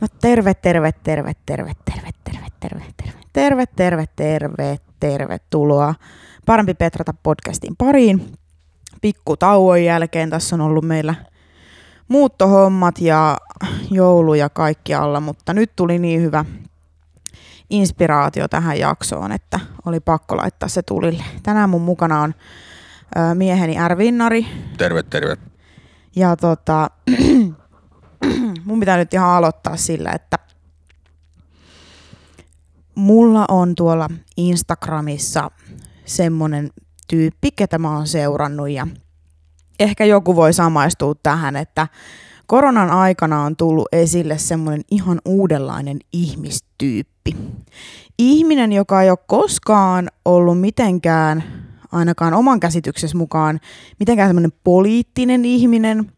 No tervetuloa Parempi Petrata podcastin pariin. Pikku tauon jälkeen tässä on ollut meillä muuttohommat ja joulu ja kaikki alla, mutta nyt tuli niin hyvä inspiraatio tähän jaksoon, että oli pakko laittaa se tulille. Tänään mun mukana on mieheni R-Vinnari. Terve. Ja mun pitää nyt ihan aloittaa sillä, että mulla on tuolla Instagramissa semmonen tyyppi, ketä mä oon seurannut ja ehkä joku voi samaistua tähän, että koronan aikana on tullut esille semmoinen ihan uudenlainen ihmistyyppi. Ihminen, joka ei ole koskaan ollut mitenkään, ainakaan oman käsityksessä mukaan, mitenkään semmoinen poliittinen ihminen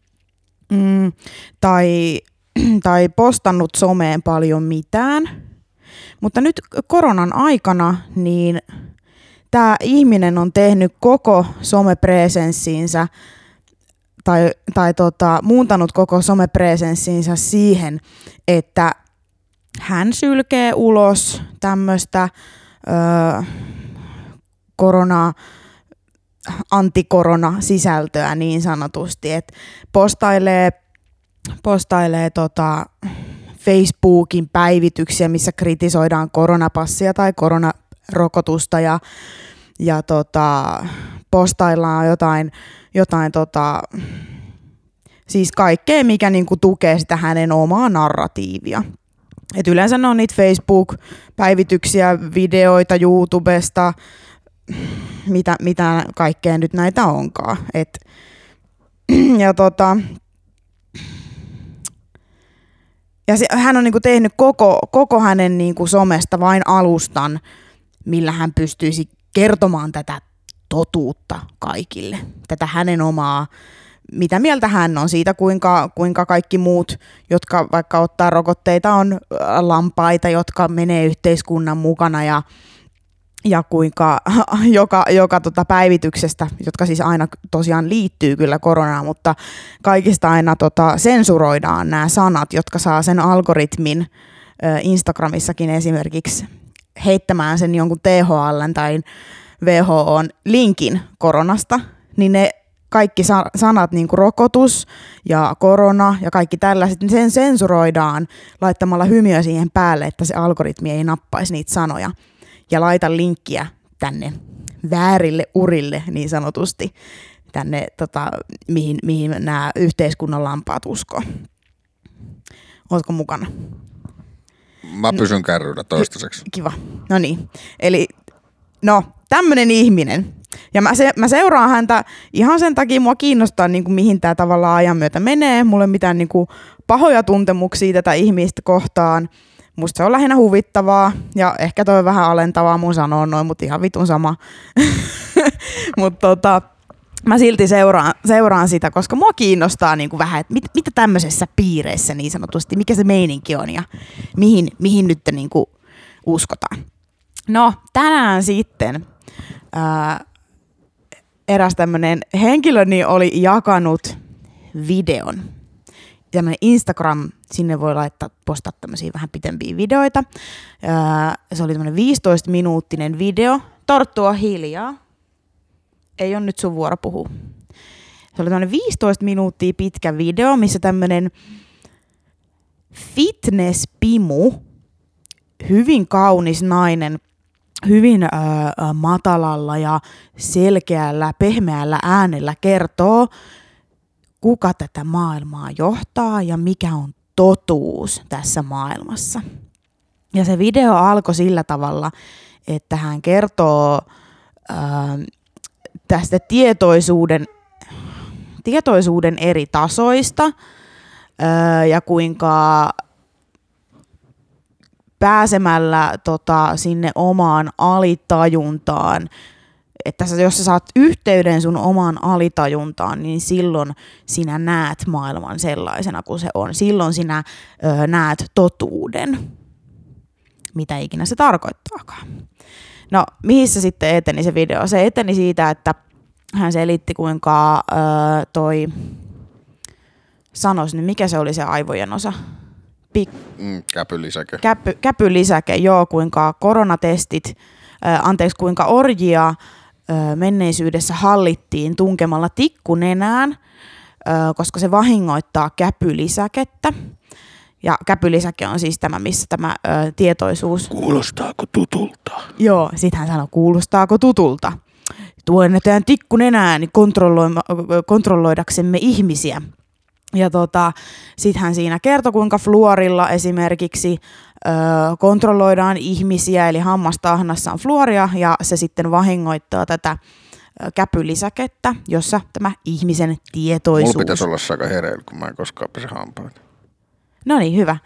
tai postannut someen paljon mitään. Mutta nyt koronan aikana niin tämä ihminen on tehnyt koko somepresenssiinsä tai muuntanut koko somepresenssiinsä siihen, että hän sylkee ulos tämmöistä antikorona-sisältöä niin sanotusti, että postailee Facebookin päivityksiä, missä kritisoidaan koronapassia tai koronarokotusta ja postaillaan jotain siis kaikkea, mikä niinku tukee sitä hänen omaa narratiivia. Et yleensä ne on niitä Facebook-päivityksiä, videoita YouTubesta, mitä kaikkea nyt näitä onkaan. Hän on niinku tehnyt koko hänen niinku somesta vain alustan, millä hän pystyisi kertomaan tätä totuutta kaikille. Tätä hänen omaa, mitä mieltä hän on siitä, kuinka kaikki muut, jotka vaikka ottaa rokotteita, on lampaita, jotka menee yhteiskunnan mukana ja kuinka joka päivityksestä, jotka siis aina tosiaan liittyy kyllä koronaan, mutta kaikista aina sensuroidaan nämä sanat, jotka saa sen algoritmin Instagramissakin esimerkiksi heittämään sen jonkun THL:n tai WHO:n linkin koronasta, niin ne kaikki sanat, niin kuin rokotus ja korona ja kaikki tällaiset, niin sen sensuroidaan laittamalla hymiö siihen päälle, että se algoritmi ei nappaisi niitä sanoja. Ja laita linkkiä tänne väärille urille niin sanotusti, tänne mihin nämä yhteiskunnan lampaat uskoo. Ootko mukana? Mä pysyn kärryillä toistaiseksi. Kiva. No niin. Eli tämmönen ihminen. Ja mä seuraan häntä ihan sen takia, mua kiinnostaa niin kuin mihin tää tavallaan ajan myötä menee. Mulla ei mitään niin kuin pahoja tuntemuksia tätä ihmistä kohtaan. Musta se on lähinnä huvittavaa ja ehkä toi vähän alentavaa mun sanoa noin, mutta ihan vitun sama. Mutta mä silti seuraan sitä, koska mua kiinnostaa niinku vähän, että mitä tämmöisessä piireissä niin sanotusti, mikä se meininki on ja mihin nyt niinku uskotaan. No tänään sitten eräs tämmönen henkilöni oli jakanut videon. Tämmöinen Instagram, sinne voi postaa tämmöisiä vähän pitempiä videoita. Se oli tämmöinen 15-minuuttinen video. Torttua hiljaa. Ei ole nyt sun vuoro puhua. Se oli tämmöinen 15 minuuttia pitkä video, missä tämmöinen fitnesspimu, hyvin kaunis nainen, hyvin matalalla ja selkeällä, pehmeällä äänellä kertoo, kuka tätä maailmaa johtaa ja mikä on totuus tässä maailmassa. Ja se video alkoi sillä tavalla, että hän kertoo tästä tietoisuuden eri tasoista ja kuinka pääsemällä sinne omaan alitajuntaan, että jos sä saat yhteyden sun omaan alitajuntaan, niin silloin sinä näet maailman sellaisena kuin se on. Silloin sinä näet totuuden, mitä ikinä se tarkoittaakaan. No, mihin se sitten eteni se video? Se eteni siitä, että hän selitti, kuinka sanoisi nyt, mikä se oli se aivojen osa. Käpylisäke. Käpylisäke, joo, kuinka koronatestit, kuinka orjia menneisyydessä hallittiin tunkemalla tikkunenään, koska se vahingoittaa käpylisäkettä. Ja käpylisäke on siis tämä, missä tämä tietoisuus... Kuulostaako tutulta? Joo, sit hän sanoo, kuulostaako tutulta. Tuonnetaan tikkunenään kontrolloidaksemme ihmisiä. Ja sit hän siinä kertoi, kuinka fluorilla esimerkiksi kontrolloidaan ihmisiä, eli hammastahnassa on fluoria, ja se sitten vahingoittaa tätä käpylisäkettä, jossa tämä ihmisen tietoisuus... Mulla pitäisi olla aika hereillä, kun mä en koskaan pese hampaita. No niin, hyvä.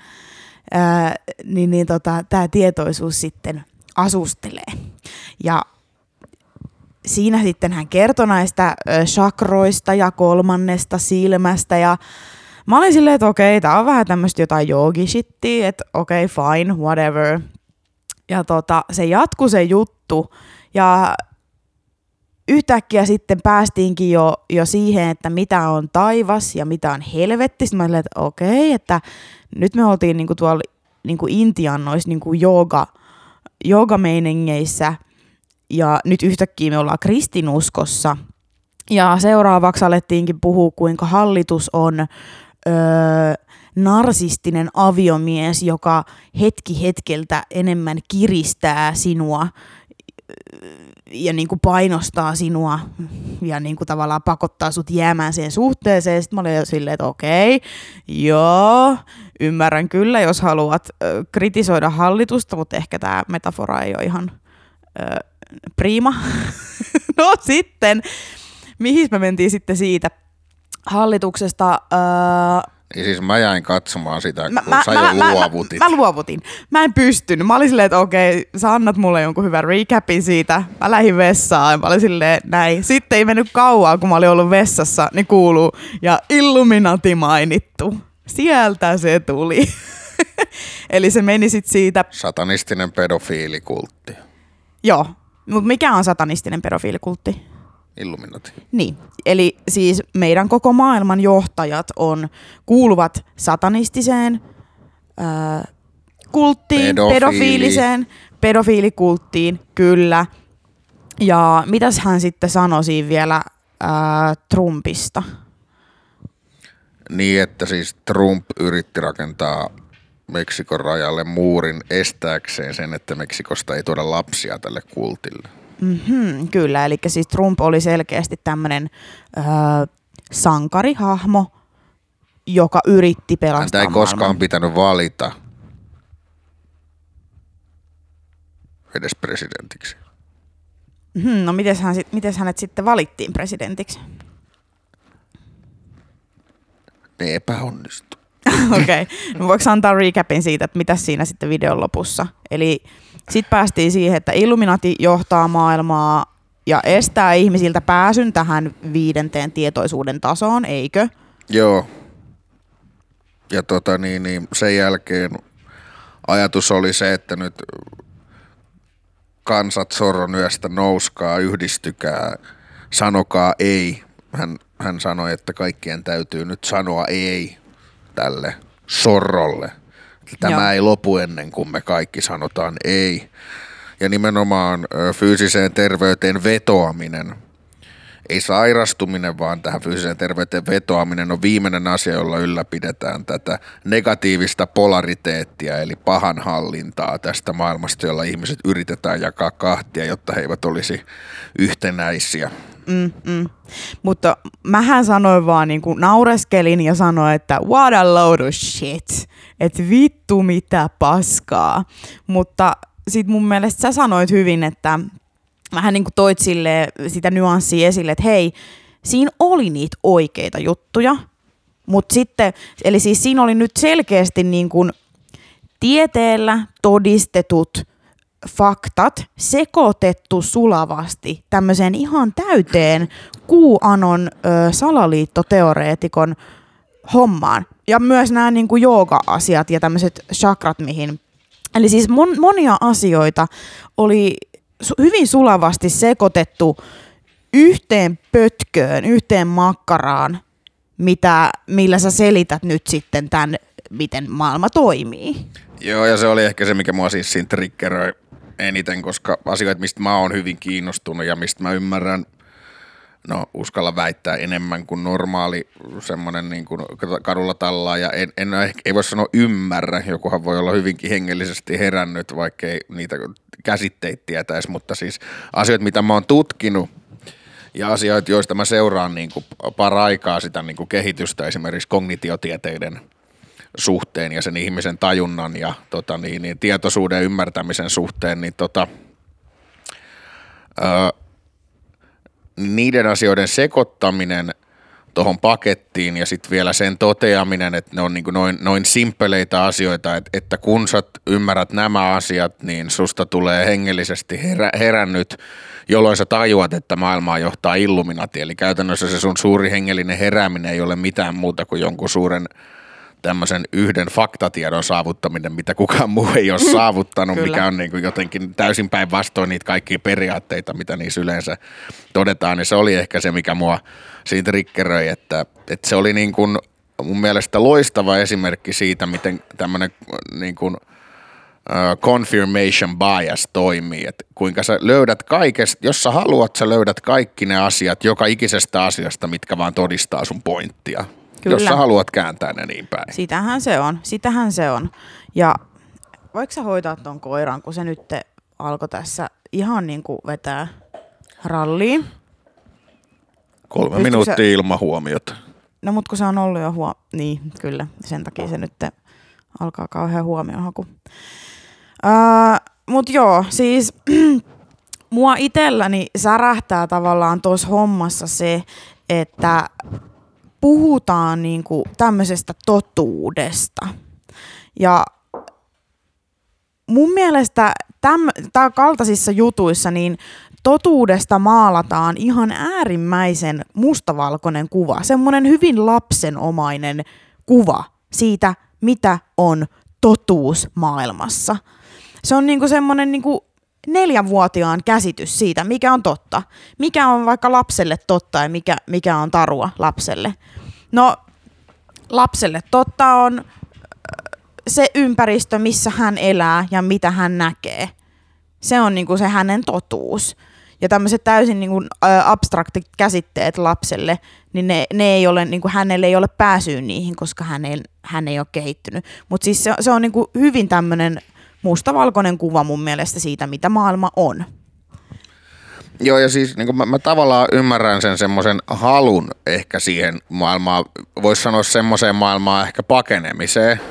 Tämä tietoisuus sitten asustelee. Ja siinä sitten hän kertoi näistä chakroista ja kolmannesta silmästä. Ja mä olin silleen, että okei, tää on vähän tämmöistä jotain joogi-shittiä, että okei, fine, whatever. Ja se jatkui se juttu. Ja yhtäkkiä sitten päästiinkin jo siihen, että mitä on taivas ja mitä on helvetti. Sitten mä olin, että okei, että nyt me oltiin niinku tuolla niinku Intian noissa niinku joogameiningeissä ja nyt yhtäkkiä me ollaan kristinuskossa. Ja seuraavaksi alettiinkin puhua, kuinka hallitus on narsistinen aviomies, joka hetki hetkeltä enemmän kiristää sinua ja niin kuin painostaa sinua ja niin kuin tavallaan pakottaa sut jäämään siihen suhteeseen. Sitten mä olin silleen, että okei, joo, ymmärrän kyllä, jos haluat kritisoida hallitusta, mutta ehkä tämä metafora ei ole ihan prima. No sitten, mihin me mentiin sitten siitä hallituksesta? Niin siis mä jäin katsomaan sitä, kun sä jo luovutit. Mä luovutin. Mä en pystynyt. Mä olin silleen, että okei, sä annat mulle jonkun hyvän recapin siitä. Mä lähdin vessaan. Mä olin silleen, näin. Sitten ei mennyt kauan, kun mä olin ollut vessassa, niin kuuluu. Ja Illuminati mainittu. Sieltä se tuli. Eli se meni sit siitä. Satanistinen pedofiilikultti. Joo. Mutta mikä on satanistinen pedofiilikultti? Illuminati. Niin, eli siis meidän koko maailman johtajat kuuluvat satanistiseen kulttiin, pedofiilikulttiin, kyllä. Ja mitäs hän sitten sanoi siinä vielä Trumpista? Niin, että siis Trump yritti rakentaa Meksikon rajalle muurin estääkseen sen, että Meksikosta ei tuoda lapsia tälle kultille. Kyllä, eli siis Trump oli selkeästi tämmöinen sankarihahmo, joka yritti pelastaa häntä ei koskaan pitänyt valita edes presidentiksi. No miten hänet sitten valittiin presidentiksi? Ne epäonnistu. Okei, no voiko antaa recapin siitä, että mitä siinä sitten videon lopussa? Eli sitten päästiin siihen, että Illuminati johtaa maailmaa ja estää ihmisiltä pääsyn tähän 5. tietoisuuden tasoon, eikö? Joo. Ja sen jälkeen ajatus oli se, että nyt kansat Zorron yöstä nouskaa, yhdistykää, sanokaa ei. Hän sanoi, että kaikkien täytyy nyt sanoa ei tälle Zorrolle. Tämä ei lopu ennen kuin me kaikki sanotaan ei. Ja nimenomaan fyysiseen terveyteen vetoaminen, ei sairastuminen, vaan tähän fyysiseen terveyteen vetoaminen on viimeinen asia, jolla ylläpidetään tätä negatiivista polariteettia, eli pahan hallintaa tästä maailmasta, jolla ihmiset yritetään jakaa kahtia, jotta he eivät olisi yhtenäisiä. Mutta mähän sanoin vaan niin kuin naureskelin ja sanoin, että what a load of shit, että vittu mitä paskaa, mutta sit mun mielestä sä sanoit hyvin, että vähän niin kuin toit sitä nyanssia esille, että hei, siinä oli niitä oikeita juttuja, mutta sitten, eli siis siinä oli nyt selkeästi niin kuin tieteellä todistetut faktat sekoitettu sulavasti tämmöiseen ihan täyteen QAnon salaliittoteoreetikon hommaan. Ja myös nämä niin kuin jooga-asiat ja tämmöiset chakrat, mihin. Eli siis monia asioita oli hyvin sulavasti sekoitettu yhteen pötköön, yhteen makkaraan, millä sä selität nyt sitten tämän miten maailma toimii. Joo, ja se oli ehkä se, mikä mua siis siinä triggeröi eniten, koska asioita, mistä mä oon hyvin kiinnostunut ja mistä mä ymmärrän, no uskalla väittää enemmän kuin normaali semmoinen niin kuin kadulla tallaaja. Ei voi sanoa ymmärrä, jokuhan voi olla hyvinkin hengellisesti herännyt, vaikka ei niitä käsitteitä tietäisi, mutta siis asioita, mitä mä oon tutkinut ja asioita, joista mä seuraan niin kuin paraikaa sitä niin kuin kehitystä esimerkiksi kognitiotieteiden suhteen ja sen ihmisen tajunnan ja tietoisuuden ymmärtämisen suhteen, niin niiden asioiden sekoittaminen tuohon pakettiin ja sitten vielä sen toteaminen, että ne on niin kuin noin simppeleitä asioita, että kun sä ymmärrät nämä asiat, niin susta tulee hengellisesti herännyt, jolloin sä tajuat, että maailmaa johtaa Illuminati. Eli käytännössä se sun suuri hengellinen herääminen ei ole mitään muuta kuin jonkun suuren tämmöisen yhden faktatiedon saavuttaminen, mitä kukaan muu ei ole saavuttanut, mikä on niin kuin jotenkin täysin päinvastoin niitä kaikkia periaatteita, mitä niissä yleensä todetaan. Ja se oli ehkä se, mikä mua siinä triggeröi, että se oli niin kuin mun mielestä loistava esimerkki siitä, miten tämmöinen niin kuin confirmation bias toimii, että kuinka sä löydät kaikesta, jos sä haluat, sä löydät kaikki ne asiat joka ikisestä asiasta, mitkä vaan todistaa sun pointtia. Kyllä. Jos sä haluat kääntää ne niin päin. Sitähän se on. Ja voiko sä hoitaa ton koiran, kun se nyt alkoi tässä ihan niin kuin vetää ralliin? 3 minuuttia ilman huomiota. No mut kun se on ollut jo niin kyllä, sen takia se nyt alkaa kauhean huomionhaku. Mut joo, siis mua itselläni särähtää tavallaan tuossa hommassa se, että puhutaan niinku tämmöisestä totuudesta. Ja mun mielestä kaltaisissa jutuissa niin totuudesta maalataan ihan äärimmäisen mustavalkoinen kuva. Semmoinen hyvin lapsenomainen kuva siitä, mitä on totuus maailmassa. Se on niinku semmoinen niinku 4-vuotiaan käsitys siitä, mikä on totta. Mikä on vaikka lapselle totta ja mikä on tarua lapselle. No, lapselle totta on se ympäristö, missä hän elää ja mitä hän näkee. Se on niinku se hänen totuus. Ja tämmöiset täysin niinku abstraktit käsitteet lapselle, niin ne ei ole, niinku, hänelle ei ole pääsyä niihin, koska hän ei ole kehittynyt. Mutta siis se on niinku hyvin tämmöinen mustavalkoinen kuva mun mielestä siitä, mitä maailma on. Joo, ja siis niin mä tavallaan ymmärrän sen semmoisen halun ehkä siihen maailmaan, voisi sanoa semmoiseen maailmaan ehkä pakenemiseen,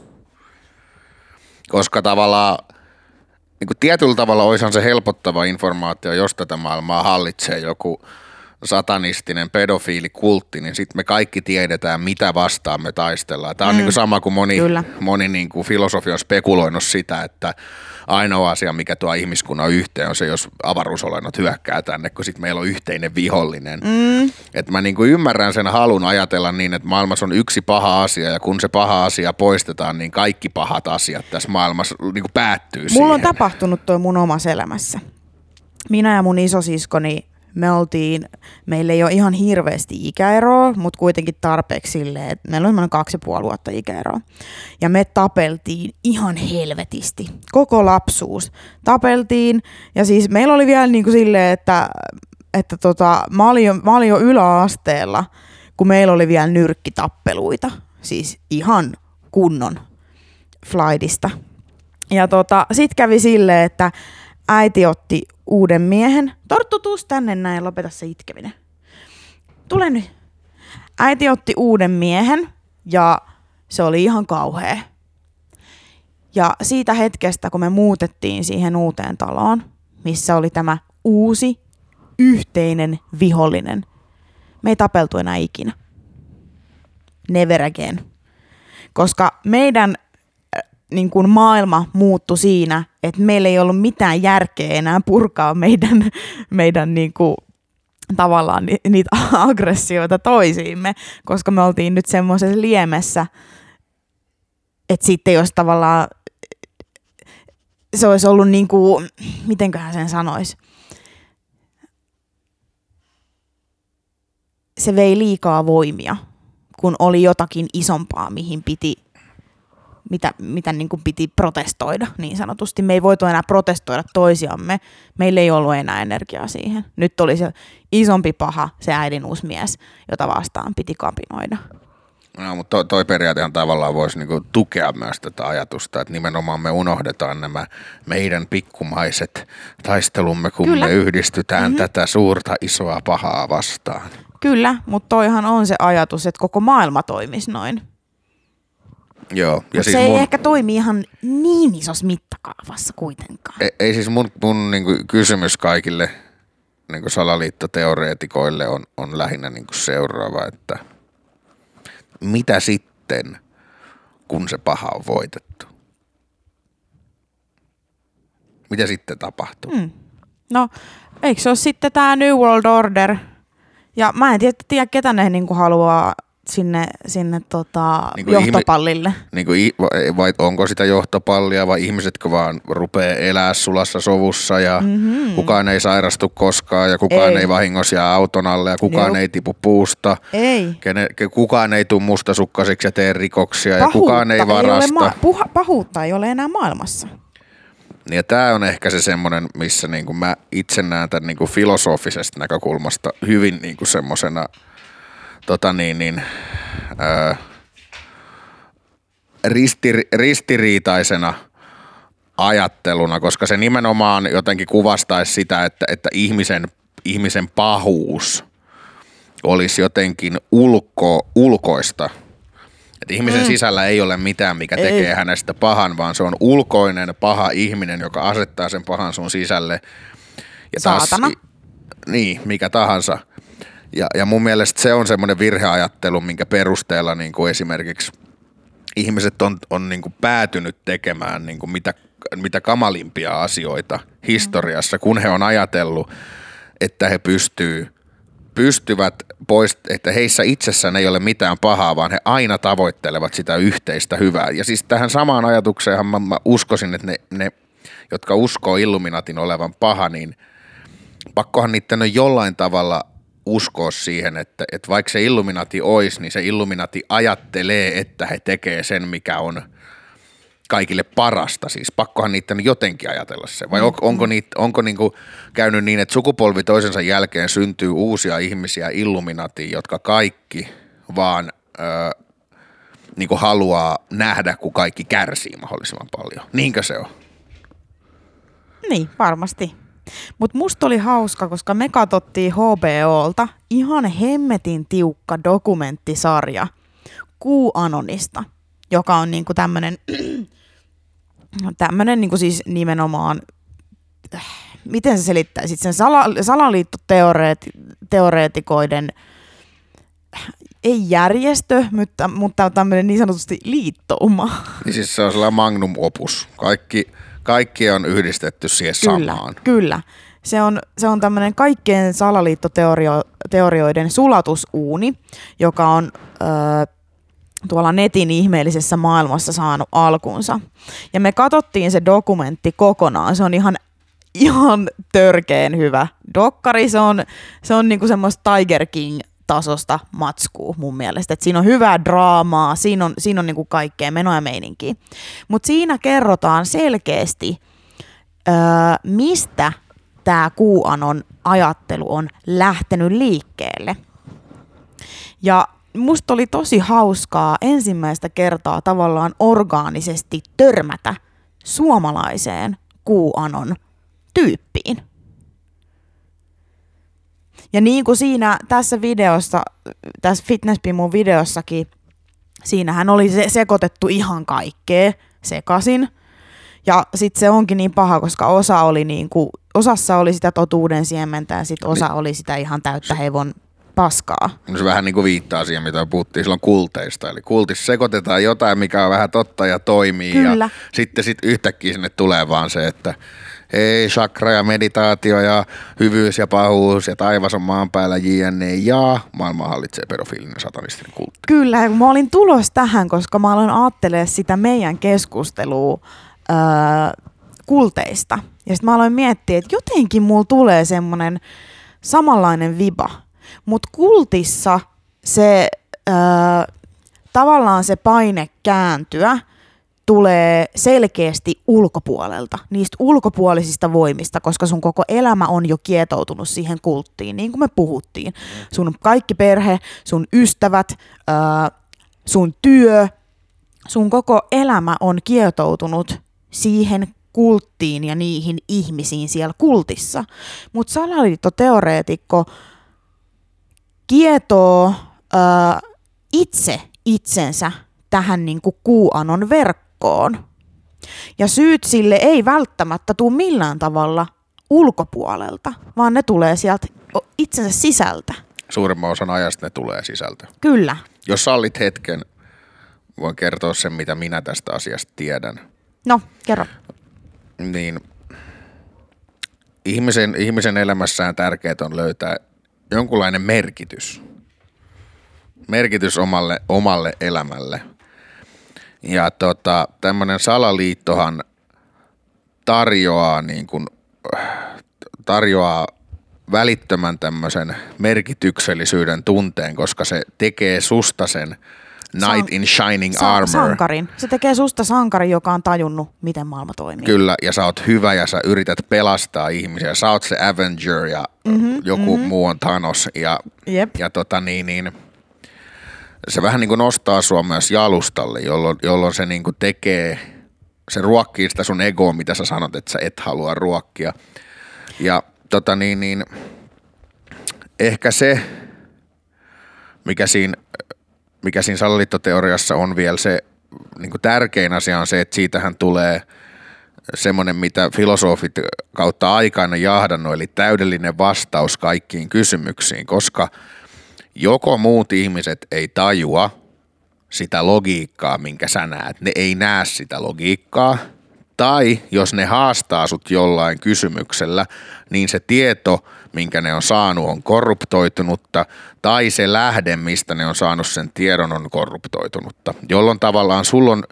koska tavallaan niin kuin tietyllä tavalla olisihan se helpottava informaatio, jos tätä maailmaa hallitsee joku satanistinen pedofiilikultti, niin sitten me kaikki tiedetään, mitä vastaan me taistellaan. Tämä on niin kuin sama kuin moni niin kuin filosofia on spekuloinut sitä, että ainoa asia, mikä tuo ihmiskunnan yhteen, on se, jos avaruusolennot hyökkää tänne, kun sitten meillä on yhteinen vihollinen. Että mä niin kuin ymmärrän sen halun ajatella niin, että maailmassa on yksi paha asia, ja kun se paha asia poistetaan, niin kaikki pahat asiat tässä maailmassa niin kuin päättyy siihen. Mulla on tapahtunut toi mun omassa elämässä. Minä ja mun isosiskoni meillä ei ole ihan hirveästi ikäeroa, mutta kuitenkin tarpeeksi silleen, että meillä on 2,5 vuotta ikäeroa. Ja me tapeltiin ihan helvetisti. Koko lapsuus tapeltiin. Ja siis meillä oli vielä niin kuin silleen, että mä olin jo yläasteella, kun meillä oli vielä nyrkkitappeluita. Siis ihan kunnon flightista. Ja sit kävi silleen, että äiti otti uuden miehen. Torttu, tuus tänne näin ja lopeta se itkeminen. Tule nyt. Äiti otti uuden miehen ja se oli ihan kauhea. Ja siitä hetkestä, kun me muutettiin siihen uuteen taloon, missä oli tämä uusi yhteinen vihollinen, me ei tapeltu enää ikinä. Never again. Koska meidän niin kuin maailma muuttui siinä, että meillä ei ollut mitään järkeä enää purkaa meidän niin kuin, tavallaan niitä aggressioita toisiimme, koska me oltiin nyt semmoisessa liemessä, että sitten jos tavallaan se olisi ollut niin kuin, mitenköhän sen sanoisi, se vei liikaa voimia, kun oli jotakin isompaa, mihin piti mitä niin kuin piti protestoida niin sanotusti. Me ei voitu enää protestoida toisiamme. Meillä ei ollut enää energiaa siihen. Nyt oli se isompi paha, se äidin uusi mies, jota vastaan piti kapinoida. No, mutta toi periaatehan tavallaan voisi niinku tukea myös tätä ajatusta, että nimenomaan me unohdetaan nämä meidän pikkumaiset taistelumme, kun me yhdistytään tätä suurta isoa pahaa vastaan. Kyllä, mutta toihan on se ajatus, että koko maailma toimisi noin. Joo. Ja siis se ei ehkä toimi ihan niin isossa mittakaavassa kuitenkaan. Ei siis mun niinku kysymys kaikille niinku salaliittoteoreetikoille on lähinnä niinku seuraava, että mitä sitten, kun se paha on voitettu? Mitä sitten tapahtuu? No, eikö se ole sitten tämä New World Order? Ja mä en tiedä ketä ne niinku haluaa sinne niin johtopallille. Vai onko sitä johtopallia vai ihmisetkö vaan rupeaa elää sulassa sovussa ja kukaan ei sairastu koskaan ja kukaan ei vahingossa jää auton alle ja kukaan ei tipu puusta. Ei. Kukaan ei tule mustasukkasiksi ja tee rikoksia ja kukaan ei varasta. Pahuutta ei ole enää maailmassa. Ja tämä on ehkä se semmoinen, missä niinku mä itse näen tämän niinku filosofisesta näkökulmasta hyvin niinku semmosena ristiriitaisena ajatteluna, koska se nimenomaan jotenkin kuvastaisi sitä, että ihmisen pahuus olisi jotenkin ulkoista. Että ihmisen sisällä ei ole mitään, mikä tekee hänestä pahan, vaan se on ulkoinen paha ihminen, joka asettaa sen pahan sun sisälle. Ja saatana. Niin, mikä tahansa. Ja mun mielestä se on semmoinen virheajattelu, minkä perusteella niin kuin esimerkiksi ihmiset on niin kuin päätynyt tekemään niin kuin mitä kamalimpia asioita historiassa, kun he on ajatellut, että he pystyvät pois, että heissä itsessään ei ole mitään pahaa, vaan he aina tavoittelevat sitä yhteistä hyvää. Ja siis tähän samaan ajatukseenhan mä uskoisin, että ne jotka uskoo Illuminatin olevan paha, niin pakkohan niiden on jollain tavalla uskoa siihen, että vaikka se Illuminati olisi, niin se Illuminati ajattelee, että he tekee sen, mikä on kaikille parasta. Siis pakkohan niiden jotenkin ajatella se. Vai onko niinku käynyt niin, että sukupolvi toisensa jälkeen syntyy uusia ihmisiä Illuminatiin, jotka kaikki vaan niinku haluaa nähdä, kun kaikki kärsii mahdollisimman paljon. Niinkö se on? Niin, varmasti. Mutta musta oli hauska, koska me katsottiin HBOlta ihan hemmetin tiukka dokumenttisarja QAnonista, joka on niinku tämmönen niinku siis nimenomaan, miten se selittäisi, sen salaliittoteoreetikoiden, ei järjestö, mutta tämmöinen niin sanotusti liittouma. Niin siis se on sellainen magnum opus. Kaikki on yhdistetty siihen samaan. Kyllä. Se on tämmöinen kaikkien salaliittoteorioiden sulatusuuni, joka on tuolla netin ihmeellisessä maailmassa saanut alkunsa. Ja me katsottiin se dokumentti kokonaan. Se on ihan törkeen hyvä dokkari. Se on niinku semmoista Tiger King-tasosta matskuu mun mielestä. Et siinä on hyvää draamaa, siinä on niinku kaikkea menoa ja meininkiä. Mutta siinä kerrotaan selkeästi, mistä tämä QAnon ajattelu on lähtenyt liikkeelle. Ja musta oli tosi hauskaa ensimmäistä kertaa tavallaan orgaanisesti törmätä suomalaiseen QAnon tyyppiin. Ja niin kuin tässä videossa, tässä Fitness Pimun videossakin, siinähän oli sekoitettu ihan kaikkea sekaisin. Ja sitten se onkin niin paha, koska osassa oli sitä totuuden siementä ja sitten osa oli sitä ihan täyttä hevon paskaa. No se vähän niin kuin viittaa siihen, mitä puhuttiin silloin kulteista. Eli kultissa sekoitetaan jotain, mikä on vähän totta ja toimii. Kyllä. Ja sitten yhtäkkiä sinne tulee vaan se, että hei, chakra ja meditaatio ja hyvyys ja pahuus ja taivas on maan päällä jne. Ja maailmaa hallitsee pedofiilinen satanistinen kultti. Kyllä, mä olin tulos tähän, koska mä aloin ajattelemaan sitä meidän keskustelua kulteista. Ja sitten mä aloin miettiä, että jotenkin mulla tulee semmoinen samanlainen viba. Mutta kultissa se tavallaan se paine kääntyä tulee selkeästi ulkopuolelta, niistä ulkopuolisista voimista, koska sun koko elämä on jo kietoutunut siihen kulttiin, niin kuin me puhuttiin. Sun kaikki perhe, sun ystävät, sun työ, sun koko elämä on kietoutunut siihen kulttiin ja niihin ihmisiin siellä kultissa. Mutta salaliittoteoreetikko kietoo itse itsensä tähän niin kuin QAnon verkkoon. Ja syyt sille ei välttämättä tule millään tavalla ulkopuolelta, vaan ne tulee sieltä itsensä sisältä. Suurimman osan ajasta ne tulee sisältä. Kyllä. Jos sallit hetken, voin kertoa sen, mitä minä tästä asiasta tiedän. No, kerro. Niin, ihmisen elämässään tärkeää on löytää jonkunlainen merkitys. Merkitys omalle elämälle. Ja tämmöinen salaliittohan tarjoaa välittömän tämmöisen merkityksellisyyden tunteen, koska se tekee susta sen Knight in Shining Armor. Sankarin. Se tekee susta sankarin, joka on tajunnut, miten maailma toimii. Kyllä, ja sä oot hyvä ja sä yrität pelastaa ihmisiä. Sä oot se Avenger ja joku muu on Thanos. Ja se vähän niin kuin nostaa sua myös jalustalle, jolloin se niin kuin se ruokkii sitä sun egoa, mitä sä sanot, että sä et halua ruokkia. Ja ehkä se, mikä siinä salaliittoteoriassa on vielä se niin kuin tärkein asia on se, että siitähän tulee semmoinen, mitä filosofit kautta aikana jahdannut, eli täydellinen vastaus kaikkiin kysymyksiin, koska joko muut ihmiset ei tajua sitä logiikkaa, minkä sä näet, ne ei näe sitä logiikkaa, tai jos ne haastaa sut jollain kysymyksellä, niin se tieto, minkä ne on saanut, on korruptoitunutta, tai se lähde, mistä ne on saanut sen tiedon, on korruptoitunutta, jolloin tavallaan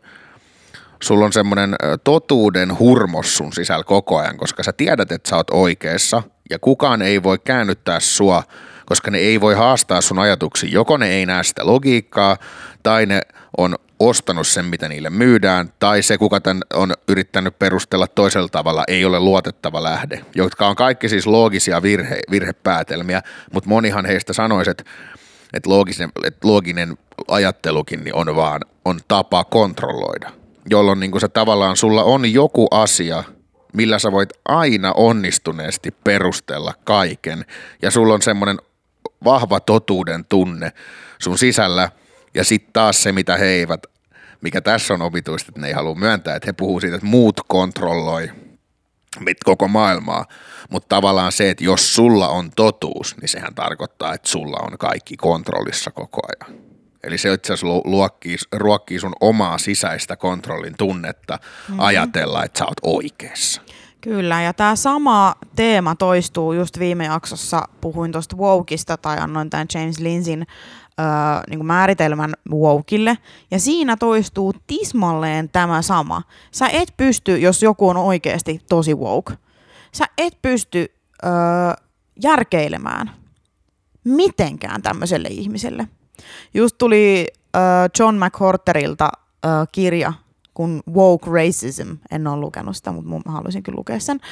sulla on semmoinen totuuden hurmos sun sisällä koko ajan, koska sä tiedät, että sä oot oikeassa, ja kukaan ei voi käännyttää sua, koska ne ei voi haastaa sun ajatuksia. Joko ne ei näe sitä logiikkaa, tai ne on ostanut sen, mitä niille myydään, tai se, kuka tämän on yrittänyt perustella toisella tavalla, ei ole luotettava lähde, jotka on kaikki siis loogisia virhepäätelmiä, mutta monihan heistä sanoisi, että looginen ajattelukin niin on tapa kontrolloida, jolloin niin kuin tavallaan sulla on joku asia, millä sä voit aina onnistuneesti perustella kaiken, ja sulla on semmoinen vahva totuuden tunne sun sisällä, ja sitten taas se, mitä he eivät, mikä tässä on opituista, että ne ei halua myöntää, että he puhuu siitä, että muut kontrolloi koko maailmaa, mutta tavallaan se, että jos sulla on totuus, niin sehän tarkoittaa, että sulla on kaikki kontrollissa koko ajan. Eli se itse asiassa ruokkii sun omaa sisäistä kontrollin tunnetta ajatella, että sä oot oikeassa. Kyllä, ja tämä sama teema toistuu just viime jaksossa, puhuin tuosta wokeista tai annoin tämän James Linzin niin määritelmän wokeille, ja siinä toistuu tismalleen tämä sama. Sä et pysty, jos joku on oikeasti tosi woke, sä et pysty järkeilemään mitenkään tämmöiselle ihmiselle. Just tuli John McWhorterilta kirja, kun Woke Racism, en ole lukenut sitä, mutta mä haluaisin kyllä lukea sen.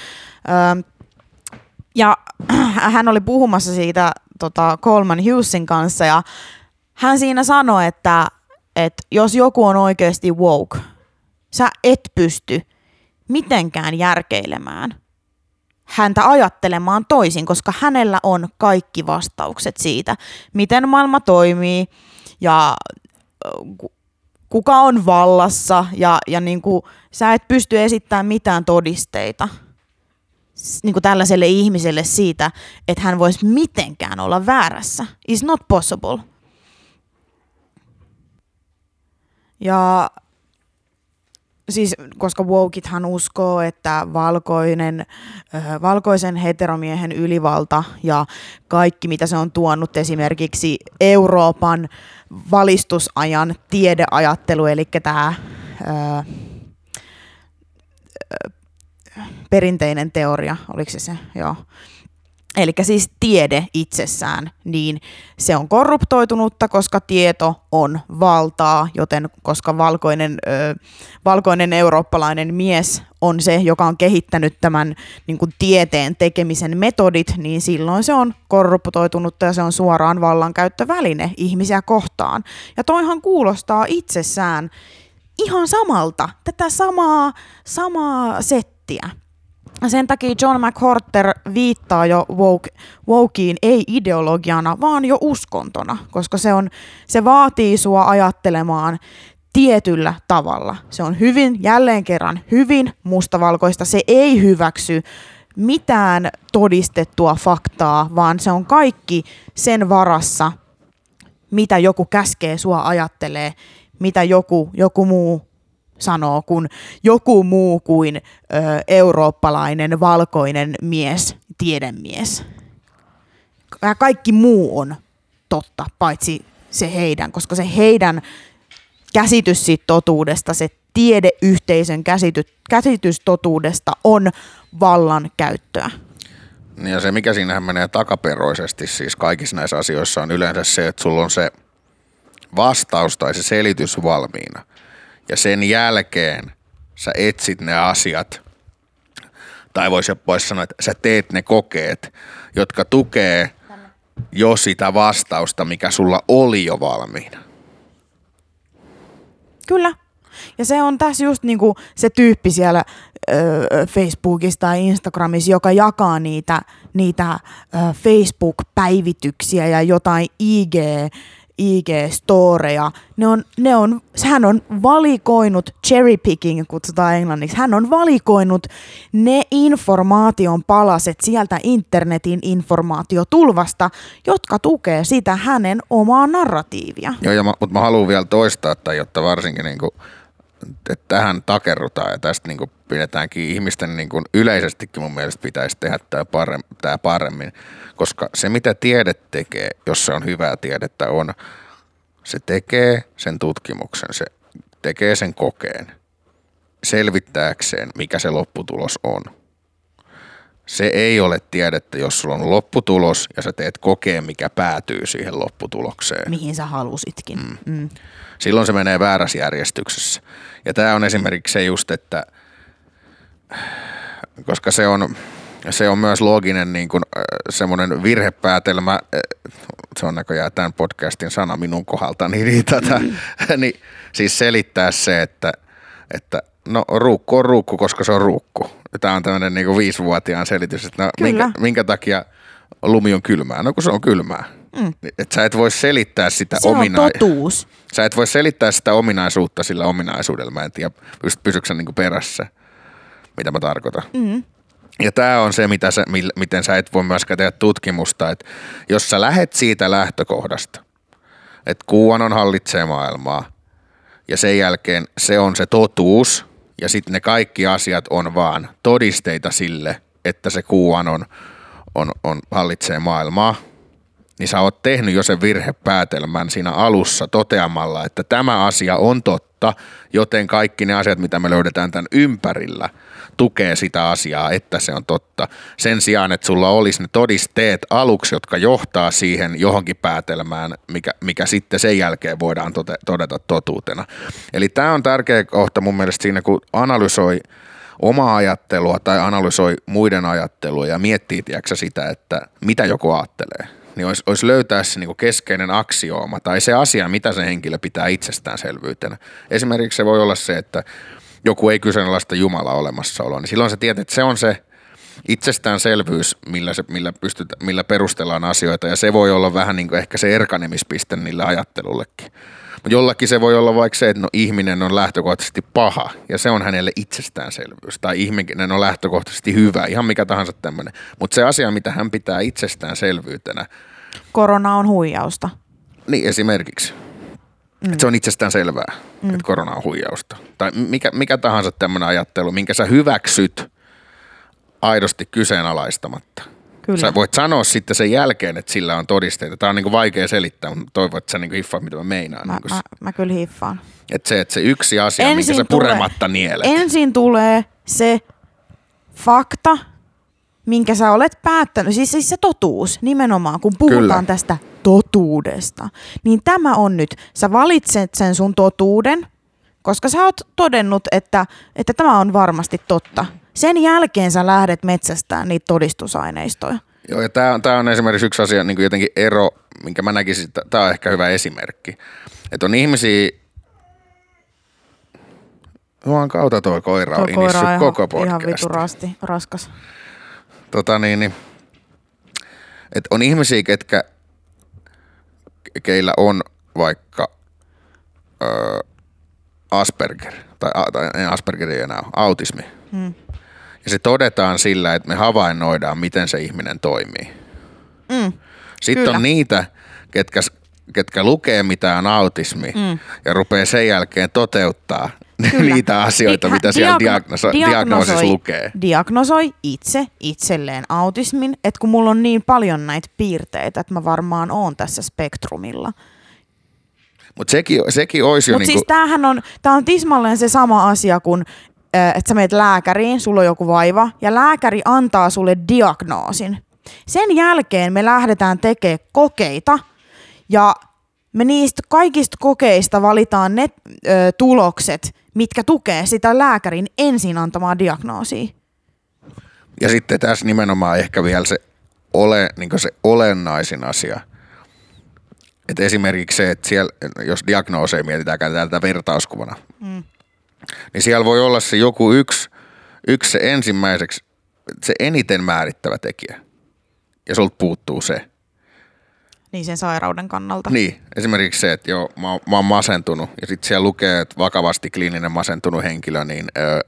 Ja hän oli puhumassa siitä Coleman Hughesin kanssa, ja hän siinä sanoi, että jos joku on oikeasti woke, sä et pysty mitenkään järkeilemään häntä ajattelemaan toisin, koska hänellä on kaikki vastaukset siitä, miten maailma toimii ja kuka on vallassa ja niin kuin, sä et pysty esittämään mitään todisteita niin kuin tällaiselle ihmiselle siitä, että hän voisi mitenkään olla väärässä. It's not possible. Ja siis, koska wokithan uskoo, että valkoisen heteromiehen ylivalta ja kaikki, mitä se on tuonut esimerkiksi Euroopan valistusajan tiedeajattelu, eli tämä perinteinen teoria, oliko se? Joo. Eli siis tiede itsessään, niin se on korruptoitunutta, koska tieto on valtaa, joten koska valkoinen eurooppalainen mies on se, joka on kehittänyt tämän niin kuin tieteen tekemisen metodit, niin silloin se on korruptoitunutta ja se on suoraan vallankäyttöväline ihmisiä kohtaan. Ja toihan kuulostaa itsessään ihan samalta, tätä samaa settiä. Sen takia John McWhorter viittaa jo wokeen ei ideologiana, vaan jo uskontona, koska se vaatii sua ajattelemaan tietyllä tavalla. Se on jälleen kerran hyvin mustavalkoista. Se ei hyväksy mitään todistettua faktaa, vaan se on kaikki sen varassa, mitä joku käskee sua ajattelee, mitä joku muu sanoo, kun joku muu kuin eurooppalainen valkoinen mies, tiedemies. Ja kaikki muu on totta, paitsi se heidän, koska se heidän käsitys siitä totuudesta, se tiedeyhteisön käsitys totuudesta on vallankäyttöä. Ja se, mikä siinähän menee takaperoisesti siis kaikissa näissä asioissa on yleensä se, että sulla on se vastaus tai se selitys valmiina. Ja sen jälkeen sä etsit ne asiat, tai voisi sanoa, että sä teet ne kokeet, jotka tukee jo sitä vastausta, mikä sulla oli jo valmiina. Kyllä. Ja se on tässä just niinku se tyyppi siellä Facebookissa tai Instagramissa, joka jakaa niitä Facebook-päivityksiä ja jotain IG-storeja. Hän on valikoinut, cherry picking kutsutaan englanniksi, hän on valikoinut ne informaation palaset sieltä internetin informaatiotulvasta, jotka tukee sitä hänen omaa narratiivia. Joo, mutta mä haluan vielä toistaa, että jotta varsinkin niinku, että tähän takerrutaan ja tästä niinku pidetäänkin ihmisten niinku yleisestikin mun mielestä pitäisi tehdä tää paremmin, koska se mitä tiede tekee, jos se on hyvää tiedettä on, se tekee sen tutkimuksen, se tekee sen kokeen selvittääkseen, mikä se lopputulos on. Se ei ole tiedettä, jos sulla on lopputulos ja sä teet kokeen, mikä päätyy siihen lopputulokseen. Mihin sä halusitkin. Silloin se menee väärässä järjestyksessä. Ja tää on esimerkiksi se just, että koska se on myös looginen niin kuin semmoinen virhepäätelmä, se on näköjään tämän podcastin sana minun kohdaltani, niin siis selittää se, että no ruukku on ruukku, koska se on ruukku. Tämä on tämmöinen niin kuin 5-vuotiaan selitys, että no, minkä takia lumi on kylmää? No kun se on kylmää. Että sä et voi selittää sitä totuus. Sä et voi selittää sitä ominaisuutta sillä ominaisuudella. Mä en tiedä, pysytkö sä niin kuin perässä, mitä mä tarkoitan. Ja tää on se, miten sä et voi myöskään tehdä tutkimusta, että jos sä lähet siitä lähtökohdasta, että QAnon hallitsee maailmaa ja sen jälkeen se on se totuus ja sitten ne kaikki asiat on vaan todisteita sille, että se QAnon on hallitsee maailmaa, niin sä oot tehnyt jo sen virhepäätelmän siinä alussa toteamalla, että tämä asia on totta, joten kaikki ne asiat, mitä me löydetään tämän ympärillä, tukee sitä asiaa, että se on totta. Sen sijaan, että sulla olisi ne todisteet aluksi, jotka johtaa siihen johonkin päätelmään, mikä sitten sen jälkeen voidaan todeta totuutena. Eli tämä on tärkeä kohta mun mielestä siinä, kun analysoi omaa ajattelua tai analysoi muiden ajattelua ja miettii sitä, että mitä joku ajattelee. Niin olisi löytää se niinku keskeinen aksiooma tai se asia, mitä se henkilö pitää itsestäänselvyytenä. Esimerkiksi se voi olla se, että joku ei kyseenalaista Jumalaa olemassaoloa, niin silloin sä tiedät, että se on se itsestäänselvyys, millä perustellaan asioita, ja se voi olla vähän niin kuin ehkä se erkanemispiste niille ajattelullekin. Mutta jollakin se voi olla vaikka se, että no, ihminen on lähtökohtaisesti paha, ja se on hänelle itsestäänselvyys, tai ihminen on lähtökohtaisesti hyvä, ihan mikä tahansa tämmöinen. Mutta se asia, mitä hän pitää itsestäänselvyytenä. Korona on huijausta. Niin, esimerkiksi. Että se on itsestään selvää, että korona on huijausta. Tai mikä tahansa tämmöinen ajattelu, minkä sä hyväksyt aidosti kyseenalaistamatta. Kyllä. Sä voit sanoa sitten sen jälkeen, että sillä on todisteita. Tää on niinku vaikea selittää, mutta toivon, että sä niinku hiffaat, mitä mä meinaan. Mä kyllä hiffaan. Että se yksi asia, minkä sä purematta nielet. Ensin tulee se fakta, minkä sä olet päättänyt, siis se totuus nimenomaan, kun puhutaan Kyllä. tästä totuudesta, niin tämä on nyt, sä valitset sen sun totuuden, koska sä oot todennut, että tämä on varmasti totta. Sen jälkeen sä lähdet metsästään niitä todistusaineistoja. Joo, ja tää on esimerkiksi yksi asia, niin kuin jotenkin ero, minkä mä näkisin, että tää on ehkä hyvä esimerkki. Että on ihmisiä, Juan kautta toi koira on inissyt koko ihan podcast. vitu raskas. Että on ihmisiä, keillä on vaikka Asperger, tai Asperger ei enää ole, autismi. Ja se todetaan sillä, että me havainnoidaan, miten se ihminen toimii. Sitten Kyllä. on niitä, ketkä lukee mitään autismi ja rupeaa sen jälkeen toteuttaa niitä asioita, mitä siellä diagnoosissa lukee. Diagnosoi itselleen autismin, että kun mulla on niin paljon näitä piirteitä, että mä varmaan oon tässä spektrumilla. Mutta sekin olisi jo Mutta siis tää on tismalleen se sama asia kuin, että sä meet lääkäriin, sulla on joku vaiva, ja lääkäri antaa sulle diagnoosin. Sen jälkeen me lähdetään tekemään kokeita, ja me niistä kaikista kokeista valitaan ne tulokset, mitkä tukee sitä lääkärin ensin antamaa diagnoosia. Ja sitten tässä nimenomaan ehkä vielä se olennaisin asia. Että esimerkiksi se, että siellä, jos diagnooseja mietitään, käytetään tätä vertauskuvana, niin siellä voi olla se joku yksi se ensimmäiseksi, se eniten määrittävä tekijä. Ja sulta puuttuu se. Niin sen sairauden kannalta. Niin, esimerkiksi se, että joo, mä oon masentunut ja sitten siellä lukee, että vakavasti kliininen masentunut henkilö, niin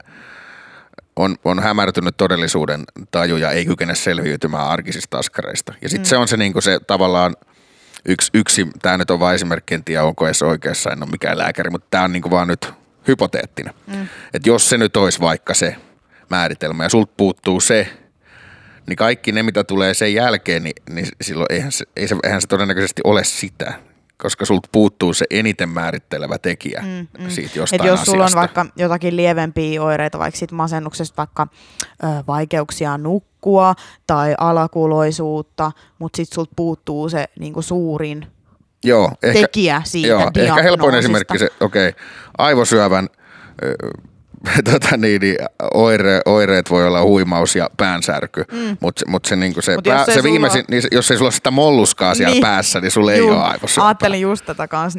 on hämärtynyt todellisuuden taju ja ei kykene selviytymään arkisista askareista. Ja sitten se on se, niinku se tavallaan yksi, tämä nyt on vain esimerkki, en tiedä onko edes oikeassa, en ole mikään lääkäri, mutta tämä on niinku vaan nyt hypoteettinen. Että jos se nyt olisi vaikka se määritelmä ja sulta puuttuu se, niin kaikki ne, mitä tulee sen jälkeen, niin silloin eihän se todennäköisesti ole sitä, koska sulta puuttuu se eniten määrittelevä tekijä siitä jostain asiasta. Jos sulla on vaikka jotakin lievempiä oireita, vaikka siitä masennuksesta, vaikka vaikeuksia nukkua tai alakuloisuutta, mutta sitten sulta puuttuu se niinku suurin tekijä siitä diagnoosista. Ehkä helpoin esimerkki se, aivosyövän oireet voi olla huimaus ja päänsärky, mutta se, niinku se viimeisin, niin jos ei sulla ole sitä molluskaa siellä päässä, niin sulla ei ole aivosyöpää. Ajattelin just tätä kanssa,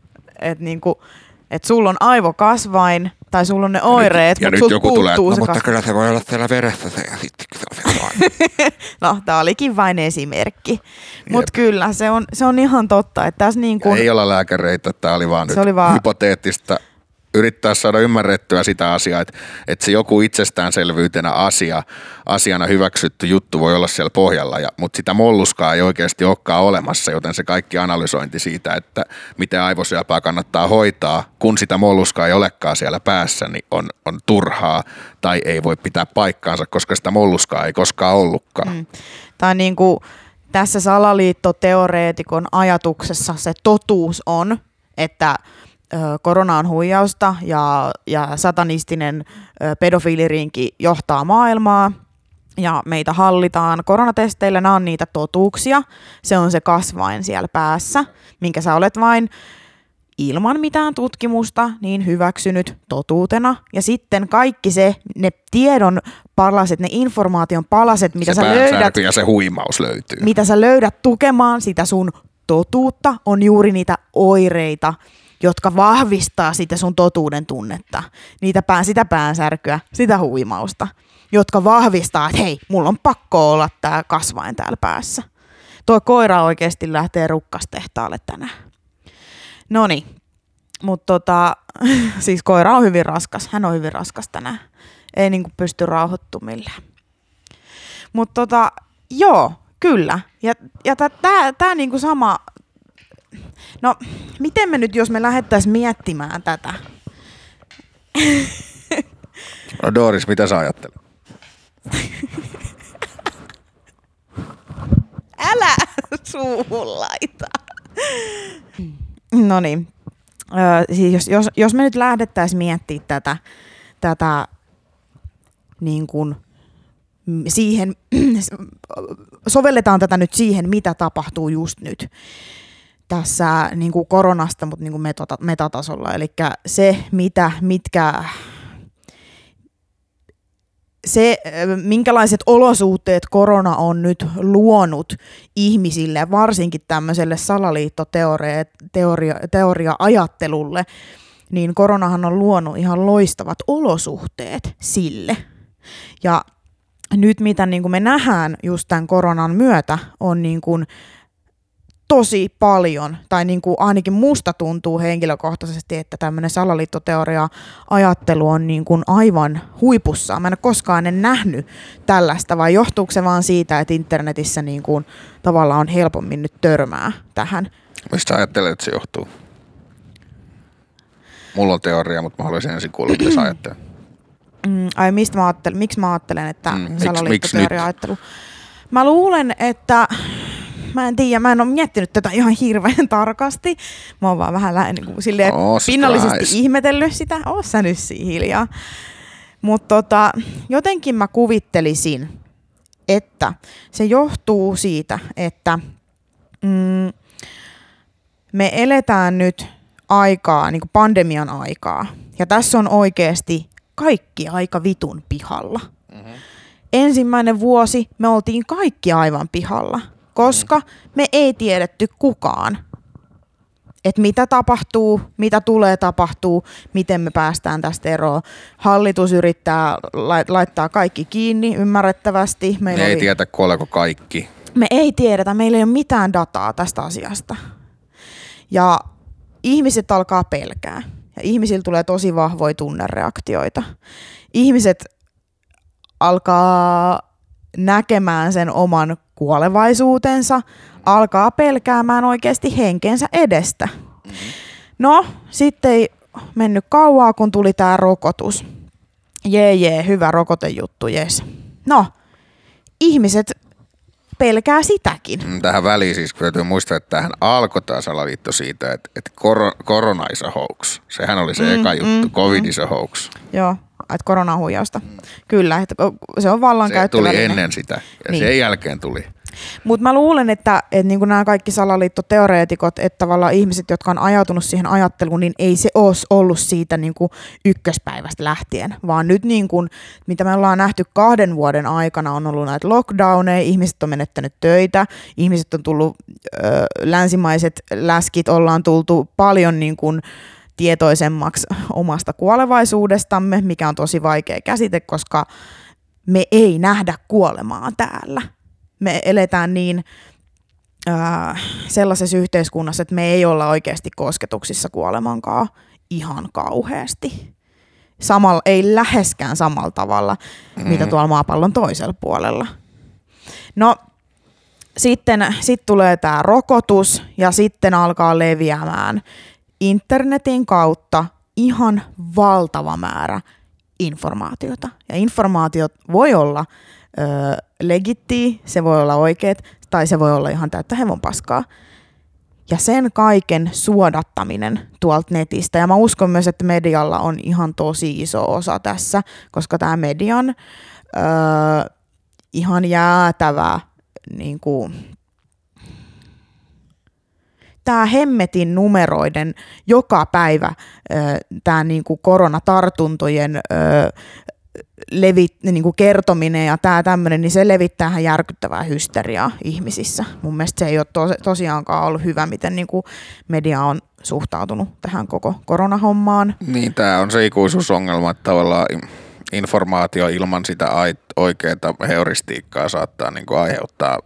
että sulla on aivokasvain tai sulla on ne oireet, mutta sulta puuttuu se mutta kyllä se voi olla siellä veressä se ja sitten No, tää olikin vain esimerkki. Mutta kyllä, se on ihan totta, että tässä niinku ei olla lääkäreitä, tämä oli vaan nyt hypoteettista. Yrittää saada ymmärrettyä sitä asiaa, että se joku itsestäänselvyytenä asiana hyväksytty juttu voi olla siellä pohjalla, mutta sitä molluskaa ei oikeasti olekaan olemassa, joten se kaikki analysointi siitä, että miten aivosyöpää kannattaa hoitaa, kun sitä molluskaa ei olekaan siellä päässä, niin on turhaa tai ei voi pitää paikkaansa, koska sitä molluskaa ei koskaan ollutkaan. Tai niin kuin tässä salaliittoteoreetikon ajatuksessa se totuus on, että korona on huijausta ja satanistinen pedofiilirinki johtaa maailmaa ja meitä hallitaan koronatesteillä. Nämä on niitä totuuksia. Se on se kasvain siellä päässä, minkä sä olet vain ilman mitään tutkimusta niin hyväksynyt totuutena. Ja sitten kaikki ne tiedon palaset, ne informaation palaset, mitä sä löydät. Ja se huimaus löytyy. Mitä sä löydät tukemaan sitä sun totuutta, on juuri niitä oireita, jotka vahvistaa sitä sun totuuden tunnetta, sitä päänsärkyä, sitä huimausta, jotka vahvistaa, että hei, mulla on pakko olla tää kasvain täällä päässä. Tuo koira oikeasti lähtee rukkastehtaalle tänään. Noniin, mutta siis koira on hyvin raskas, hän on hyvin raskas tänään. Ei niinku pysty rauhoittumaan millään. Mutta joo, kyllä. Ja tää niinku sama. No, miten me nyt, jos me lähdettäisiin miettimään tätä? No Doris, mitä sä ajattelet? Älä suuhun laita. No niin. Siis jos me nyt lähdettäisiin miettimään tätä niin kuin siihen, sovelletaan tätä nyt siihen, mitä tapahtuu just nyt tässä niin kuin koronasta, mutta niin kuin metatasolla. Eli minkälaiset olosuhteet korona on nyt luonut ihmisille, varsinkin tämmöiselle salaliittoteoria-ajattelulle, niin koronahan on luonut ihan loistavat olosuhteet sille. Ja nyt mitä niin kuin me nähdään just tämän koronan myötä on niin kuin tosi paljon, tai niin kuin ainakin musta tuntuu henkilökohtaisesti, että tämmöinen salaliittoteoria-ajattelu on niin kuin aivan huipussaan. Mä en ole koskaan nähnyt tällaista, vai johtuuko se vaan siitä, että internetissä niin kuin tavallaan on helpommin nyt törmää tähän? Mistä ajattelet, että se johtuu? Mulla on teoria, mutta mä haluaisin ensin kuulla, mitä sä ajattelet. Miksi mä ajattelen, että salaliittoteoria-ajattelu? Mä luulen, että mä en tiedä, mä en ole miettinyt tätä ihan hirveän tarkasti. Mä oon vaan vähän niin kuin silleen pinnallisesti ihmetellyt sitä. Oo sä nyt hiljaa. Mutta jotenkin mä kuvittelisin, että se johtuu siitä, että me eletään nyt aikaa, niin kuin pandemian aikaa. Ja tässä on oikeasti kaikki aika vitun pihalla. Mm-hmm. Ensimmäinen vuosi me oltiin kaikki aivan pihalla, koska me ei tiedetty kukaan, että mitä tapahtuu, mitä tulee tapahtuu, miten me päästään tästä eroon. Hallitus yrittää laittaa kaikki kiinni ymmärrettävästi. Me ei tiedä, kuoleeko kaikki. Me ei tiedetä, meillä ei ole mitään dataa tästä asiasta. Ja ihmiset alkaa pelkää ja ihmisillä tulee tosi vahvoja tunnereaktioita. Ihmiset alkaa näkemään sen oman kuolevaisuutensa, alkaa pelkäämään oikeasti henkensä edestä. No, sitten ei mennyt kauaa, kun tuli tää rokotus. Jee, hyvä rokotejuttu, jes. No, ihmiset pelkää sitäkin. Tähän väliin siis, kun täytyy muistaa, että tähän alkoi tämä salaliitto siitä, että korona is a hoax. Sehän oli se eka juttu, covid is a hoax. Joo, että korona on huijausta. Kyllä, että se on vallankäyttöväline. Se tuli ennen sitä ja niin. Sen jälkeen tuli. Mutta mä luulen, että niin kuin nämä kaikki salaliittoteoreetikot, että tavallaan ihmiset, jotka on ajautunut siihen ajatteluun, niin ei se ole ollut siitä niin kuin ykköspäivästä lähtien, vaan nyt niin kuin, mitä me ollaan nähty 2 vuoden aikana, on ollut näitä lockdowneja, ihmiset on menettänyt töitä, ihmiset on tullut, länsimaiset läskit ollaan tultu paljon niin kuin tietoisemmaksi omasta kuolevaisuudestamme, mikä on tosi vaikea käsite, koska me ei nähdä kuolemaa täällä. Me eletään niin sellaisessa yhteiskunnassa, että me ei olla oikeasti kosketuksissa kuolemankaan ihan kauheasti. Ei läheskään samalla tavalla, mitä tuolla maapallon toisella puolella. No, sitten tulee tämä rokotus ja sitten alkaa leviämään internetin kautta ihan valtava määrä informaatiota. Ja informaatiot voi olla legittiä, se voi olla oikeet, tai se voi olla ihan täyttä hevonpaskaa. Ja sen kaiken suodattaminen tuolta netistä. Ja mä uskon myös, että medialla on ihan tosi iso osa tässä, koska tämä median ihan jäätävä niinku, tämä hemmetin numeroiden joka päivä tämä niinku koronatartuntojen niinku kertominen ja tämä tämmöinen, niin se levittää ihan järkyttävää hysteriaa ihmisissä. Mun mielestä se ei ole tosiaankaan ollut hyvä, miten niinku media on suhtautunut tähän koko koronahommaan. Niin, tämä on se ikuisuusongelma, että tavallaan informaatio ilman sitä oikeaa heuristiikkaa saattaa niinku aiheuttaa,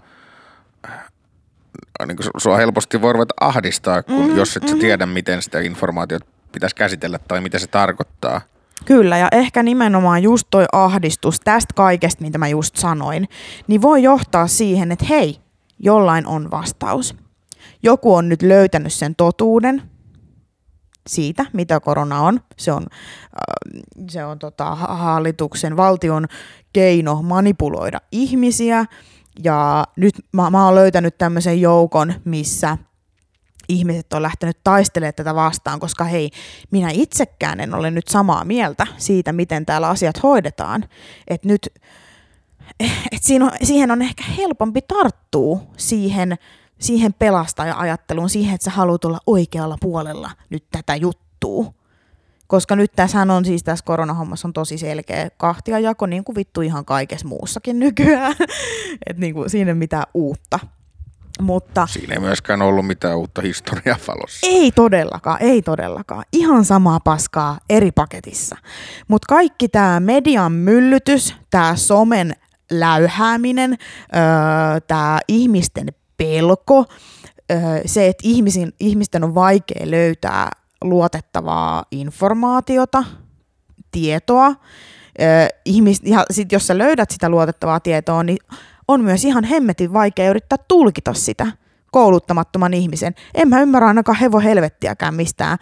niinku sua helposti voi ruveta ahdistaa, kun jos et sä tiedä, miten sitä informaatiota pitäisi käsitellä tai mitä se tarkoittaa. Kyllä, ja ehkä nimenomaan just toi ahdistus tästä kaikesta, mitä mä just sanoin, niin voi johtaa siihen, että hei, jollain on vastaus. Joku on nyt löytänyt sen totuuden siitä, mitä korona on. Se on hallituksen, valtion keino manipuloida ihmisiä. Ja nyt mä oon löytänyt tämmöisen joukon, missä ihmiset on lähtenyt taistelemaan tätä vastaan, koska hei, minä itsekään en ole nyt samaa mieltä siitä, miten täällä asiat hoidetaan. Että nyt siihen on ehkä helpompi tarttua siihen pelastaja-ajatteluun, siihen, että sä haluat olla oikealla puolella nyt tätä juttua. Koska nyt tässähän on siis tässä koronahommassa on tosi selkeä kahtiajako, niin kuin vittu ihan kaikessa muussakin nykyään. Että niin kuin siinä ei mitään uutta. Mutta siinä ei myöskään ollut mitään uutta historiaa valossa. Ei todellakaan. Ihan samaa paskaa eri paketissa. Mutta kaikki tämä median myllytys, tämä somen läyhääminen, tämä ihmisten pelko, se, että ihmisten on vaikea löytää luotettavaa informaatiota, tietoa. Ja sitten jos sä löydät sitä luotettavaa tietoa, niin on myös ihan hemmetin vaikea yrittää tulkita sitä kouluttamattoman ihmisen. En mä ymmärrä ainakaan hevon helvettiäkään mistään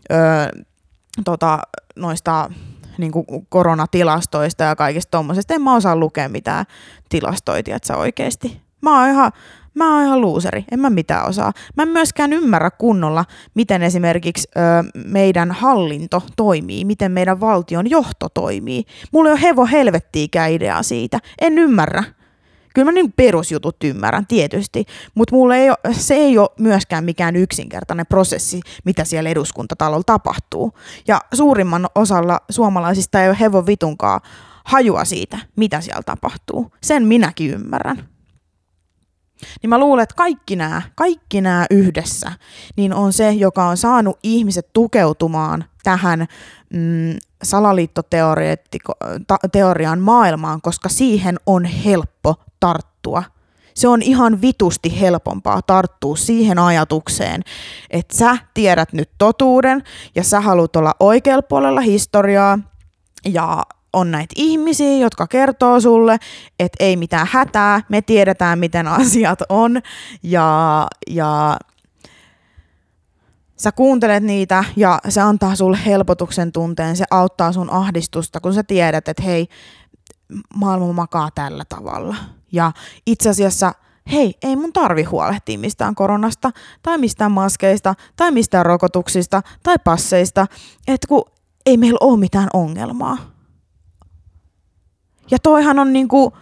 noista niinku koronatilastoista ja kaikista tommosesta. En mä osaa lukea mitään tilastoitia, että sä oikeesti. Mä oon ihan luuseri, en mä mitään osaa. Mä en myöskään ymmärrä kunnolla, miten esimerkiksi meidän hallinto toimii, miten meidän valtion johto toimii. Mulla ei ole hevon helvettiikään ideaa siitä, en ymmärrä. Kyllä mä niin perusjutut ymmärrän tietysti, mutta se ei ole myöskään mikään yksinkertainen prosessi, mitä siellä eduskuntatalolla tapahtuu. Ja suurimman osalla suomalaisista ei ole hevon vitunkaan hajua siitä, mitä siellä tapahtuu. Sen minäkin ymmärrän. Niin mä luulen, että kaikki nämä yhdessä niin on se, joka on saanut ihmiset tukeutumaan tähän salaliittoteorian maailmaan, koska siihen on helppo tarttua. Se on ihan vitusti helpompaa tarttua siihen ajatukseen, että sä tiedät nyt totuuden ja sä haluat olla oikealla puolella historiaa ja on näitä ihmisiä, jotka kertoo sulle, että ei mitään hätää, me tiedetään miten asiat on ja sä kuuntelet niitä ja se antaa sulle helpotuksen tunteen, se auttaa sun ahdistusta, kun sä tiedät, että hei, maailma makaa tällä tavalla. Ja itse asiassa, hei, ei mun tarvi huolehtia mistään koronasta tai mistään maskeista tai mistään rokotuksista tai passeista, että kun ei meillä ole mitään ongelmaa. Ja toihan on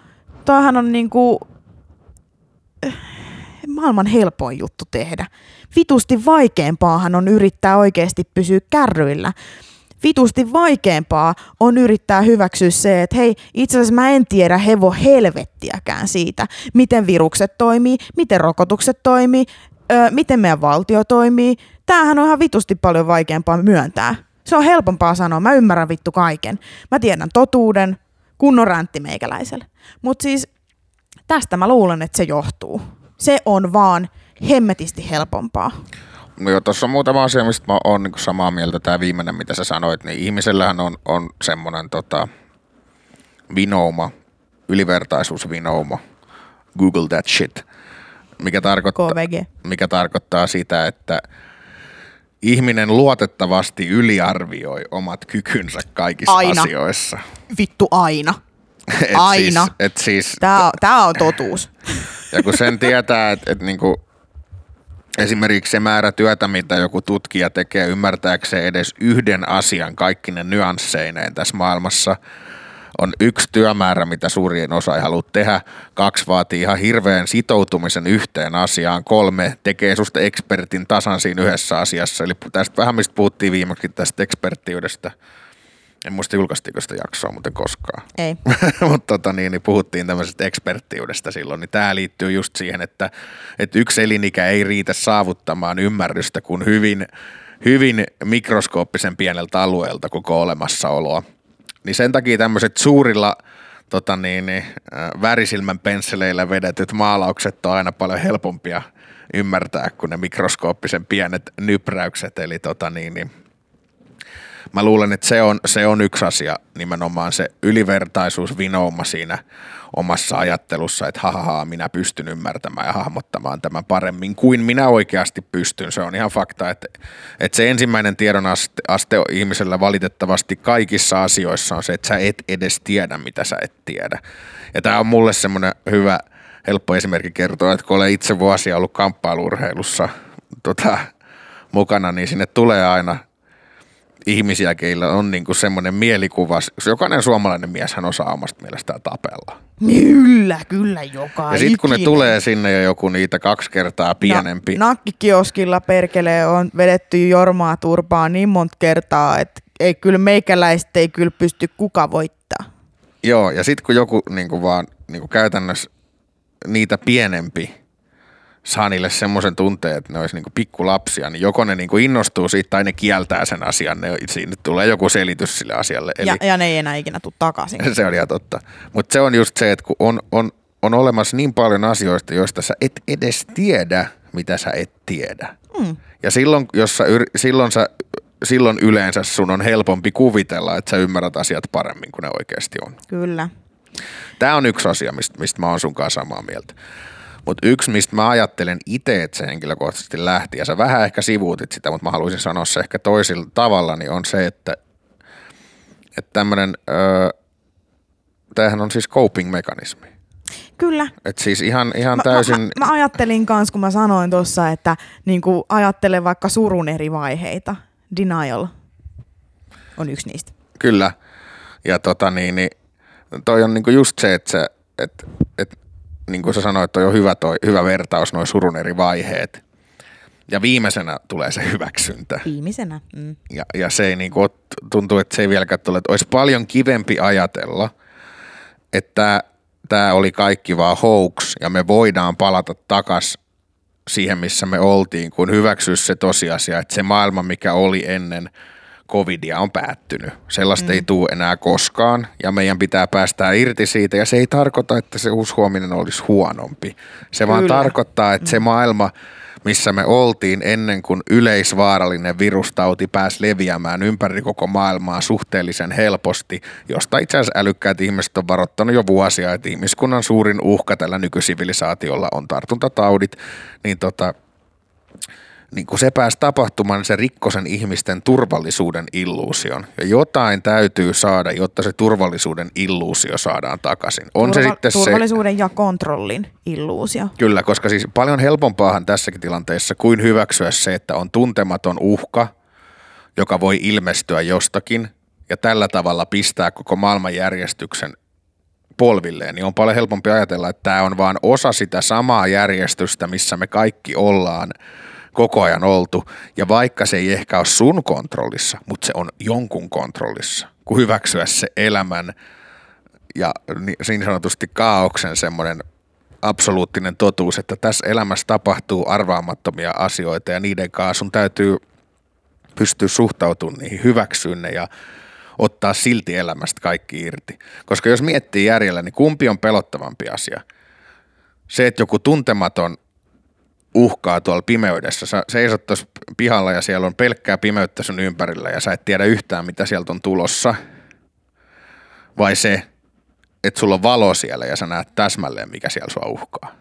maailman helpoin juttu tehdä. Vitusti vaikeampaahan on yrittää oikeasti pysyä kärryillä. Vitusti vaikeampaa on yrittää hyväksyä se, että hei, itse asiassa mä en tiedä hevon helvettiäkään siitä, miten virukset toimii, miten rokotukset toimii, miten meidän valtio toimii. Tämähän on ihan vitusti paljon vaikeampaa myöntää. Se on helpompaa sanoa, mä ymmärrän vittu kaiken. Mä tiedän totuuden, kunnon räntti meikäläiselle. Mutta siis tästä mä luulen, että se johtuu. Se on vaan hemmetisti helpompaa. No joo, tuossa on muutama asia, mistä mä oon niin samaa mieltä. Tämä viimeinen, mitä sä sanoit, niin ihmisellähän on semmoinen vinouma, ylivertaisuusvinouma, Google that shit, mikä tarkoittaa sitä, että ihminen luotettavasti yliarvioi omat kykynsä kaikissa asioissa. Vittu aina. Aina. Tää on totuus. Ja kun sen tietää, että niinku esimerkiksi se määrä työtä, mitä joku tutkija tekee ymmärtääkseen edes yhden asian kaikkine nyansseineen tässä maailmassa, on 1 työmäärä, mitä suurin osa ei halua tehdä, 2 vaatii ihan hirveän sitoutumisen yhteen asiaan, 3 tekee susta ekspertin tasan siinä yhdessä asiassa. Eli tästä vähän, mistä puhuttiin viimeksi tästä eksperttiydestä. En muista julkaistiinko sitä jaksoa muuten koskaan. Ei. Mutta niin puhuttiin tämmöisestä eksperttiydestä silloin, niin tämä liittyy just siihen, että yksi elinikä ei riitä saavuttamaan ymmärrystä kuin hyvin mikroskooppisen pieneltä alueelta koko olemassaoloa. Niin sen takia tämmöiset suurilla värisilmän pensseleillä vedetyt maalaukset on aina paljon helpompia ymmärtää kuin ne mikroskooppisen pienet nypräykset, eli mä luulen, että se on yksi asia, nimenomaan se ylivertaisuusvinouma siinä omassa ajattelussa, että minä pystyn ymmärtämään ja hahmottamaan tämän paremmin kuin minä oikeasti pystyn. Se on ihan fakta, että se ensimmäinen tiedon aste ihmisellä valitettavasti kaikissa asioissa on se, että sä et edes tiedä, mitä sä et tiedä. Ja tää on mulle semmoinen hyvä, helppo esimerkki kertoa, että kun olen itse vuosia ollut kamppailu-urheilussa mukana, niin sinne tulee aina ihmisiä, keillä on niinku semmoinen mielikuva. Jokainen suomalainen mieshän osaa omasta mielestään tapella. Kyllä, joka ja sitten kun ne tulee sinne ja joku niitä 2 kertaa pienempi. Nakkikioskilla perkele on vedetty jormaa turpaan niin monta kertaa, että ei kyllä meikäläistä ei kyllä pysty kuka voittaa. Joo, ja sitten kun joku niinku vaan niinku käytännössä niitä pienempi saa niille semmoisen tunteen, että ne olisi niinku pikkulapsia, niin joko ne niinku innostuu siitä tai ne kieltää sen asian. Siinä tulee joku selitys sille asialle. Eli ja ne ei enää ikinä tule takaisin. Se on ihan totta. Mutta se on just se, että kun on olemassa niin paljon asioista, joista sä et edes tiedä, mitä sä et tiedä. Ja silloin yleensä sun on helpompi kuvitella, että sä ymmärrät asiat paremmin kuin ne oikeasti on. Kyllä. Tämä on yksi asia, mistä mä oon sun kanssa samaa mieltä. Mutta yksi, mistä mä ajattelen itse, että se henkilökohtaisesti lähti, ja sä vähän ehkä sivuutit sitä, mutta mä haluaisin sanoa se ehkä toisella tavalla, niin on se, että tämmöinen, tämähän on siis coping-mekanismi. Kyllä. Että siis ihan täysin. Mä ajattelin kans, kun mä sanoin tuossa, että niinku ajattelen vaikka surun eri vaiheita. Denial on yksi niistä. Kyllä. Ja toi on niinku just se, että niin kuin sä sanoit, toi on hyvä vertaus, noi surun eri vaiheet. Ja viimeisenä tulee se hyväksyntä. Viimeisenä. Ja se ei niinku, tuntuu, että se ei vieläkään tule. Että olisi paljon kivempi ajatella, että tämä oli kaikki vaan hoax ja me voidaan palata takaisin siihen, missä me oltiin, kun hyväksyä se tosiasia, että se maailma, mikä oli ennen covidia, on päättynyt. Sellaista ei tule enää koskaan ja meidän pitää päästää irti siitä ja se ei tarkoita, että se uusi huominen olisi huonompi. Se vaan tarkoittaa, että se maailma, missä me oltiin ennen kuin yleisvaarallinen virustauti pääsi leviämään ympäri koko maailmaa suhteellisen helposti, josta itse asiassa älykkäät ihmiset on varoittanut jo vuosia, että ihmiskunnan suurin uhka tällä nykysivilisaatiolla on tartuntataudit, niin kun se pääsi tapahtumaan, niin se rikkoi sen ihmisten turvallisuuden illuusion. Ja jotain täytyy saada, jotta se turvallisuuden illuusio saadaan takaisin. Turvallisuuden ja kontrollin illuusio. Kyllä, koska siis paljon helpompaahan tässäkin tilanteessa kuin hyväksyä se, että on tuntematon uhka, joka voi ilmestyä jostakin ja tällä tavalla pistää koko maailmanjärjestyksen polvilleen, niin on paljon helpompi ajatella, että tämä on vaan osa sitä samaa järjestystä, missä me kaikki ollaan koko ajan oltu, ja vaikka se ei ehkä ole sun kontrollissa, mutta se on jonkun kontrollissa, kun hyväksyä se elämän ja niin sanotusti kaaoksen semmoinen absoluuttinen totuus, että tässä elämässä tapahtuu arvaamattomia asioita ja niiden kanssa sun täytyy pystyä suhtautumaan niihin, hyväksyä ne ja ottaa silti elämästä kaikki irti. Koska jos miettii järjellä, niin kumpi on pelottavampi asia? Se, että joku tuntematon uhkaa tuolla pimeydessä. Sä seisot tuossa pihalla ja siellä on pelkkää pimeyttä sun ympärillä ja sä et tiedä yhtään, mitä sieltä on tulossa. Vai se, että sulla on valo siellä ja sä näet täsmälleen, mikä siellä sua uhkaa.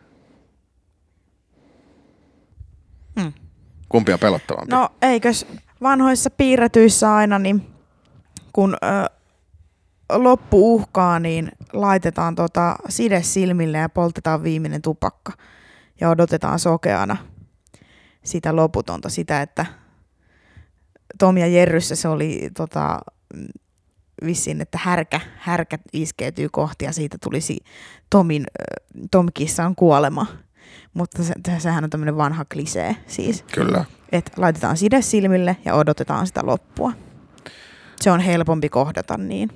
Kumpi on pelottavampi? No eikös vanhoissa piirretyissä aina, niin kun loppu uhkaa, niin laitetaan side silmille ja poltetaan viimeinen tupakka. Ja odotetaan sokeana sitä loputonta, sitä, että Tom ja Jerryssä se oli vissiin, että härkä iskeytyy kohti ja siitä tulisi Tom-kissan kuolema. Mutta sehän on tämmöinen vanha klisee siis. Kyllä. Että laitetaan side silmille ja odotetaan sitä loppua. Se on helpompi kohdata niin.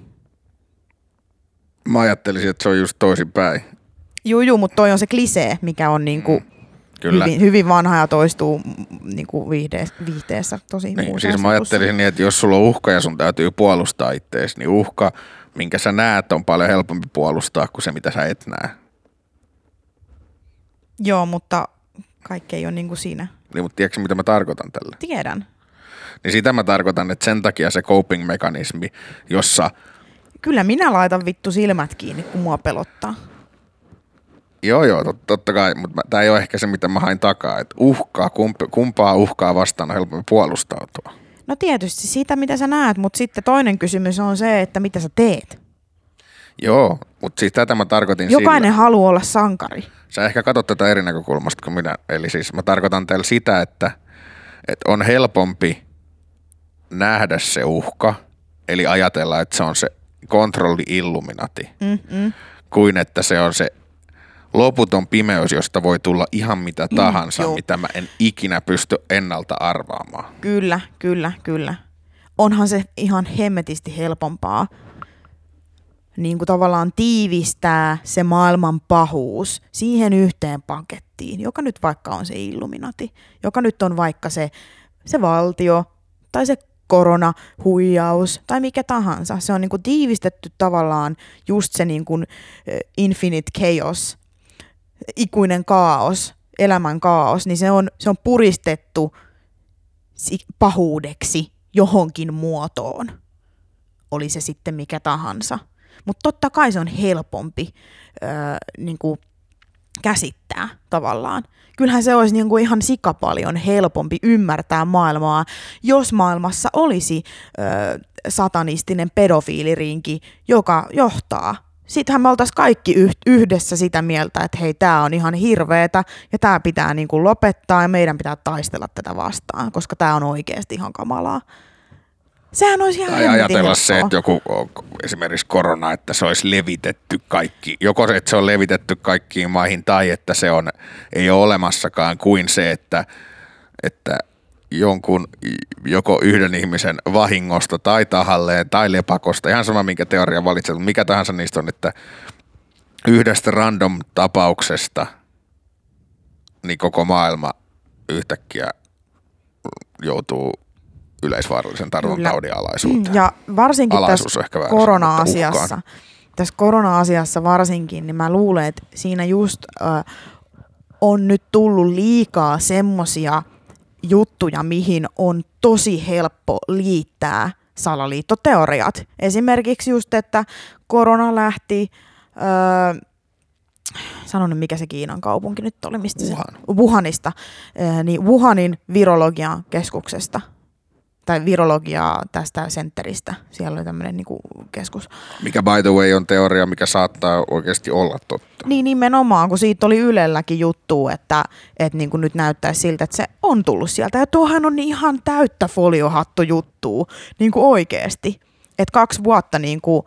Mä ajattelisin, että se on just toisinpäin. Juu, mutta toi on se klisee, mikä on niinku hyvin vanha ja toistuu niinku viihteessä tosi niin, siis mä ajattelisin niin, että jos sulla on uhka ja sun täytyy puolustaa ittees, niin uhka, minkä sä näet, on paljon helpompi puolustaa kuin se, mitä sä et näe. Joo, mutta kaikki ei ole niinku siinä. Niin, mutta tiedätkö mitä mä tarkoitan tällä? Tiedän. Niin sitä mä tarkoitan, että sen takia se coping-mekanismi, jossa kyllä minä laitan vittu silmät kiinni, kun mua pelottaa. Joo, totta kai, mutta tämä ei ole ehkä se, mitä mä hain takaa, että kumpaa uhkaa vastaan on helpompi puolustautua. No tietysti siitä, mitä sä näet, mutta sitten toinen kysymys on se, että mitä sä teet. Joo, mutta siis tätä mä tarkoitin jokainen haluaa olla sankari. Sä ehkä katsot tätä eri näkökulmasta kuin minä, eli siis mä tarkoitan teillä sitä, että on helpompi nähdä se uhka, eli ajatella, että se on se kontrolli-illuminati, kuin että se on se loputon pimeys, josta voi tulla ihan mitä tahansa, mitä mä en ikinä pysty ennalta arvaamaan. Kyllä. Onhan se ihan hemmetisti helpompaa niin kuin tavallaan tiivistää se maailman pahuus siihen yhteen pakettiin, joka nyt vaikka on se Illuminati, joka nyt on vaikka se valtio tai se koronahuijaus tai mikä tahansa. Se on niin kuin tiivistetty tavallaan just se niin kuin infinite chaos, ikuinen kaos, elämän kaos, niin se on puristettu pahuudeksi johonkin muotoon. Oli se sitten mikä tahansa. Mutta totta kai se on helpompi niin kuin käsittää tavallaan. Kyllähän se olisi niin kuin ihan sikapaljon helpompi ymmärtää maailmaa, jos maailmassa olisi satanistinen pedofiilirinki, joka johtaa. Sittenhän me oltaisiin kaikki yhdessä sitä mieltä, että hei, tämä on ihan hirveetä ja tämä pitää niin kuin lopettaa ja meidän pitää taistella tätä vastaan, koska tämä on oikeasti ihan kamalaa. Sehän olisi ihan tai ajatella se, että joku esimerkiksi korona, että se olisi levitetty kaikki, joko se, että se on levitetty kaikkiin maihin tai että ei ole olemassakaan kuin se, että joko yhden ihmisen vahingosta tai tahalleen tai lepakosta, ihan sama minkä teoria valitset, mikä tahansa niistä on, että yhdestä random tapauksesta niin koko maailma yhtäkkiä joutuu yleisvaarallisen tartuntataudin alaisuuteen. Ja varsinkin tässä korona-asiassa varsinkin, niin mä luulen, että siinä just on nyt tullut liikaa semmosia juttuja, mihin on tosi helppo liittää salaliittoteoriat. Esimerkiksi just, että korona lähti, sanon nyt mikä se Kiinan kaupunki nyt oli, mistä Wuhanista, niin Wuhanin virologian keskuksesta. Tai virologiaa tästä sentteristä. Siellä oli tämmöinen niinku keskus. Mikä by the way on teoria, mikä saattaa oikeasti olla totta. Niin nimenomaan, kun siitä oli Ylelläkin juttu, että niinku nyt näyttäisi siltä, että se on tullut sieltä. Ja tuohan on ihan täyttä foliohattu juttua, niinku oikeasti. Että 2 vuotta niinku,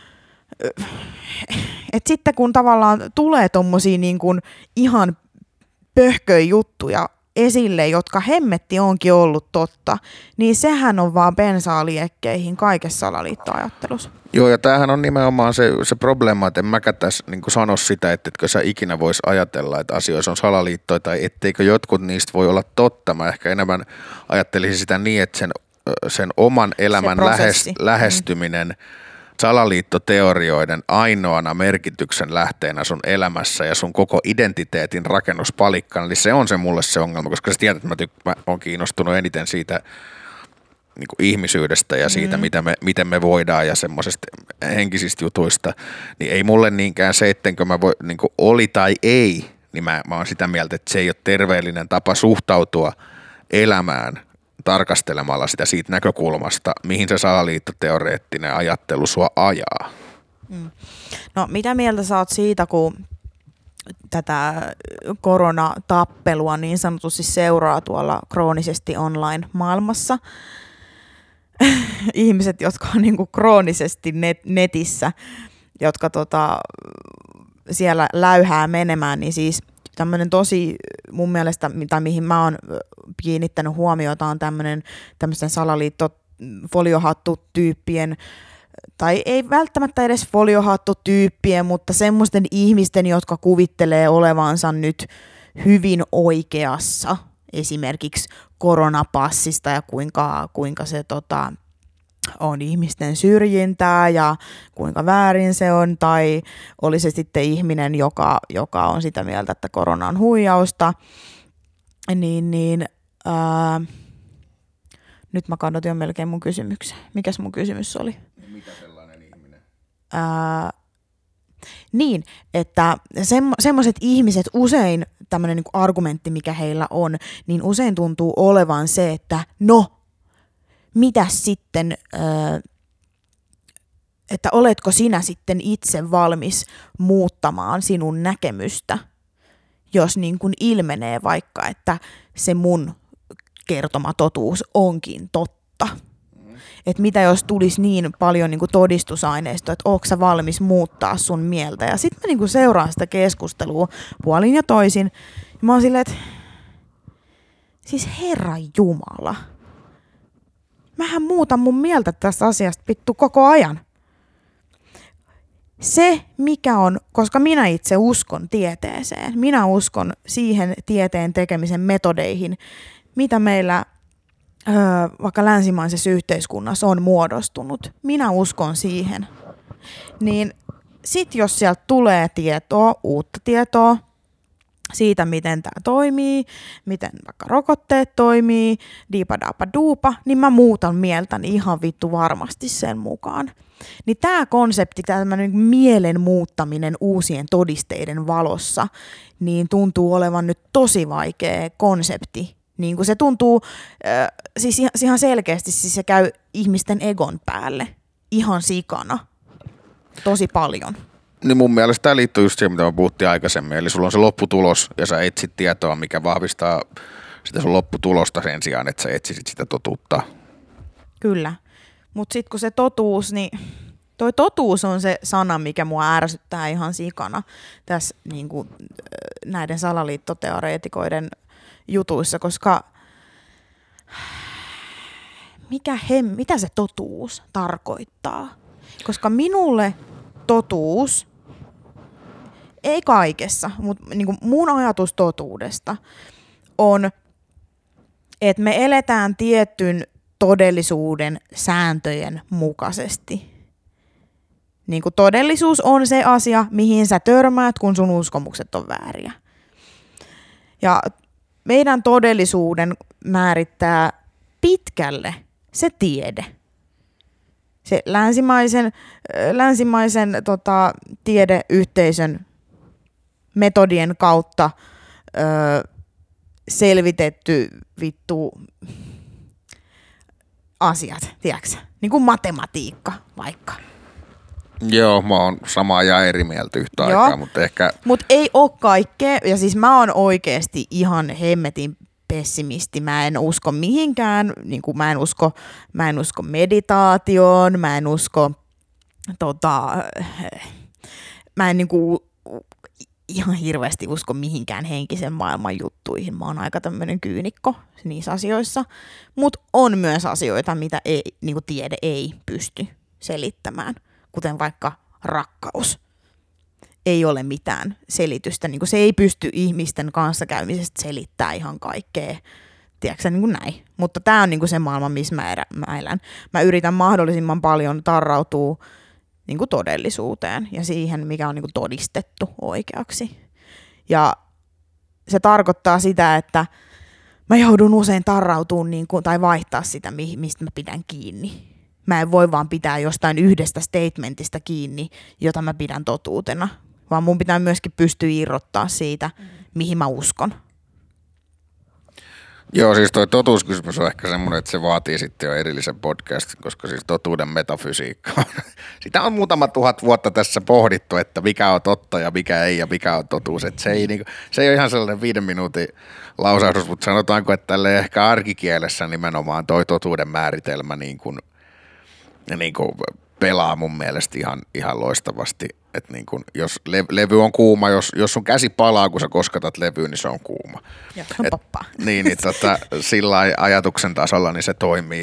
että sitten kun tavallaan tulee tommosia niinku ihan pöhköjä juttuja esille, jotka hemmetti onkin ollut totta, niin sehän on vaan bensaa liekkeihin kaikessa salaliittoajattelussa. Joo, ja tämähän on nimenomaan se probleema, että en mäkään tässä niin sano sitä, että etkö sä ikinä vois ajatella, että asioissa on salaliittoja tai etteikö jotkut niistä voi olla totta. Mä ehkä enemmän ajattelisin sitä niin, että sen oman elämän lähestyminen salaliittoteorioiden ainoana merkityksen lähteenä sun elämässä ja sun koko identiteetin rakennuspalikkana, eli se on se mulle se ongelma, koska sä tiedät, että mä oon kiinnostunut eniten siitä niin kuin ihmisyydestä ja siitä, miten me voidaan ja semmoisesta henkisistä jutuista, niin ei mulle niinkään se, ettenkö mä voi, niin kuin oli tai ei, niin mä oon sitä mieltä, että se ei ole terveellinen tapa suhtautua elämään tarkastelemalla sitä siitä näkökulmasta, mihin se salaliittoteoreettinen ajattelu sua ajaa. No mitä mieltä sä oot siitä, kun tätä koronatappelua niin sanotusti seuraa tuolla kroonisesti online-maailmassa? Ihmiset, jotka on niinku kroonisesti netissä, jotka siellä läyhää menemään, niin siis tämmöinen tosi mun mielestä, mihin mä oon kiinnittänyt huomiota, on tämmöisten salaliittofoliohattu-tyyppien, tai ei välttämättä edes foliohattu-tyyppien, mutta semmoisten ihmisten, jotka kuvittelee olevansa nyt hyvin oikeassa, esimerkiksi koronapassista ja kuinka se on ihmisten syrjintää ja kuinka väärin se on, tai oli se sitten ihminen, joka on sitä mieltä, että korona on huijausta, nyt mä kadotin jo melkein mun kysymyksen. Mikäs mun kysymys oli? Mitä sellainen ihminen? Niin, että semmoiset ihmiset usein, tämmöinen niinku argumentti, mikä heillä on, niin usein tuntuu olevan se, että no, mitä sitten, että oletko sinä sitten itse valmis muuttamaan sinun näkemystä, jos niin kuin ilmenee vaikka, että se mun kertoma totuus onkin totta. että mitä jos tulisi niin paljon niin kuin todistusaineistoa, että ootko sä valmis muuttaa sun mieltä. Ja sitten mä niin kuin seuraan sitä keskustelua puolin ja toisin. Ja mä oon silleen, että siis Herra Jumala, mähän muutan mun mieltä tästä asiasta vittu koko ajan. Se, mikä on, koska minä itse uskon tieteeseen, minä uskon siihen tieteen tekemisen metodeihin, mitä meillä vaikka länsimaisessa yhteiskunnassa on muodostunut. Minä uskon siihen. Niin sit jos sieltä tulee tietoa, uutta tietoa siitä, miten tämä toimii, miten vaikka rokotteet toimii, diipadaapa duupa, niin mä muutan mieltäni ihan vittu varmasti sen mukaan. Niin tämä konsepti, tämä mielen muuttaminen uusien todisteiden valossa, niin tuntuu olevan nyt tosi vaikea konsepti. Niin kuin se tuntuu, siis ihan selkeästi siis se käy ihmisten egon päälle ihan sikana tosi paljon. Niin mun mielestä tämä liittyy just siihen, mitä me puhuttiin aikaisemmin. Eli sulla on se lopputulos ja sä etsit tietoa, mikä vahvistaa sitä sun lopputulosta sen sijaan, että sä etsisit sitä totuutta. Kyllä, mutta sitten kun se totuus, niin toi totuus on se sana, mikä mua ärsyttää ihan sikana tässä niin kuin, näiden salaliittoteoreetikoiden jutuissa, koska mitä se totuus tarkoittaa? Koska minulle totuus, ei kaikessa, mutta niin kuin mun ajatus totuudesta on, että me eletään tietyn todellisuuden sääntöjen mukaisesti. Niin kuin todellisuus on se asia, mihin sä törmäät, kun sun uskomukset on vääriä. Ja meidän todellisuuden määrittää pitkälle se tiede. Se länsimaisen tiedeyhteisön metodien kautta selvitetty vittu asiat, tiedätkö? Niin kuin matematiikka vaikka. Joo, mä oon samaa ja eri mieltä yhtä aikaa, mutta ehkä... Mutta ei oo kaikkea, ja siis mä oon oikeesti ihan hemmetin pessimisti. Mä en usko mihinkään, niin kuin mä en usko meditaatioon, mä en usko mä en niinku ihan hirveästi usko mihinkään henkisen maailman juttuihin. Mä oon aika tämmönen kyynikko niissä asioissa, mutta on myös asioita, mitä niinku tiede ei pysty selittämään, kuten vaikka rakkaus. Ei ole mitään selitystä, niin kuin se ei pysty ihmisten kanssakäymisestä selittämään ihan kaikkea, tiedätkö niin kuin näin. Mutta tämä on niin kuin se maailma, missä mä elän. Mä yritän mahdollisimman paljon tarrautua niin kuin todellisuuteen ja siihen, mikä on niin kuin todistettu oikeaksi. Ja se tarkoittaa sitä, että mä joudun usein tarrautumaan niin kuin, tai vaihtaa sitä, mistä mä pidän kiinni. Mä en voi vaan pitää jostain yhdestä statementista kiinni, jota mä pidän totuutena, vaan mun pitää myöskin pystyä irrottaa siitä, mihin mä uskon. Joo, siis toi totuuskysymys on ehkä semmoinen, että se vaatii sitten jo erillisen podcastin, koska siis totuuden metafysiikka on. Sitä on muutama tuhat vuotta tässä pohdittu, että mikä on totta ja mikä ei ja mikä on totuus. Että se ei ole ihan sellainen 5 minuutin lausahdus, mutta sanotaanko, että tälleen ehkä arkikielessä nimenomaan toi totuuden määritelmä niin kuin pelaa mun mielestä ihan loistavasti. Että niin kuin, jos levy on kuuma, jos sun käsi palaa, kun sä kosketat levyyn, niin se on kuuma. Joo, se on poppaa. Niin sillä ajatuksen tasolla niin se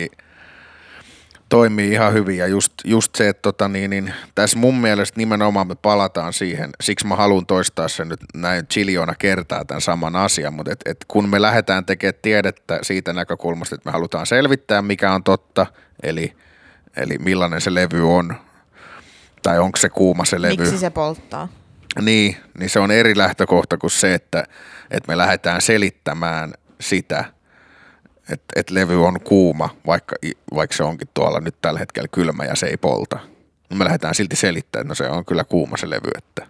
toimii ihan hyvin. Ja just se, että tässä mun mielestä nimenomaan me palataan siihen, siksi mä haluan toistaa sen nyt näin chiljoona kertaa tämän saman asian, mutta et kun me lähdetään tekemään tiedettä siitä näkökulmasta, että me halutaan selvittää, mikä on totta, eli millainen se levy on, tai onko se kuuma se levy. Miksi se polttaa? Niin se on eri lähtökohta kuin se, että me lähdetään selittämään sitä, että levy on kuuma, vaikka se onkin tuolla nyt tällä hetkellä kylmä ja se ei polta. Me lähdetään silti selittämään, että no se on kyllä kuuma se levy, että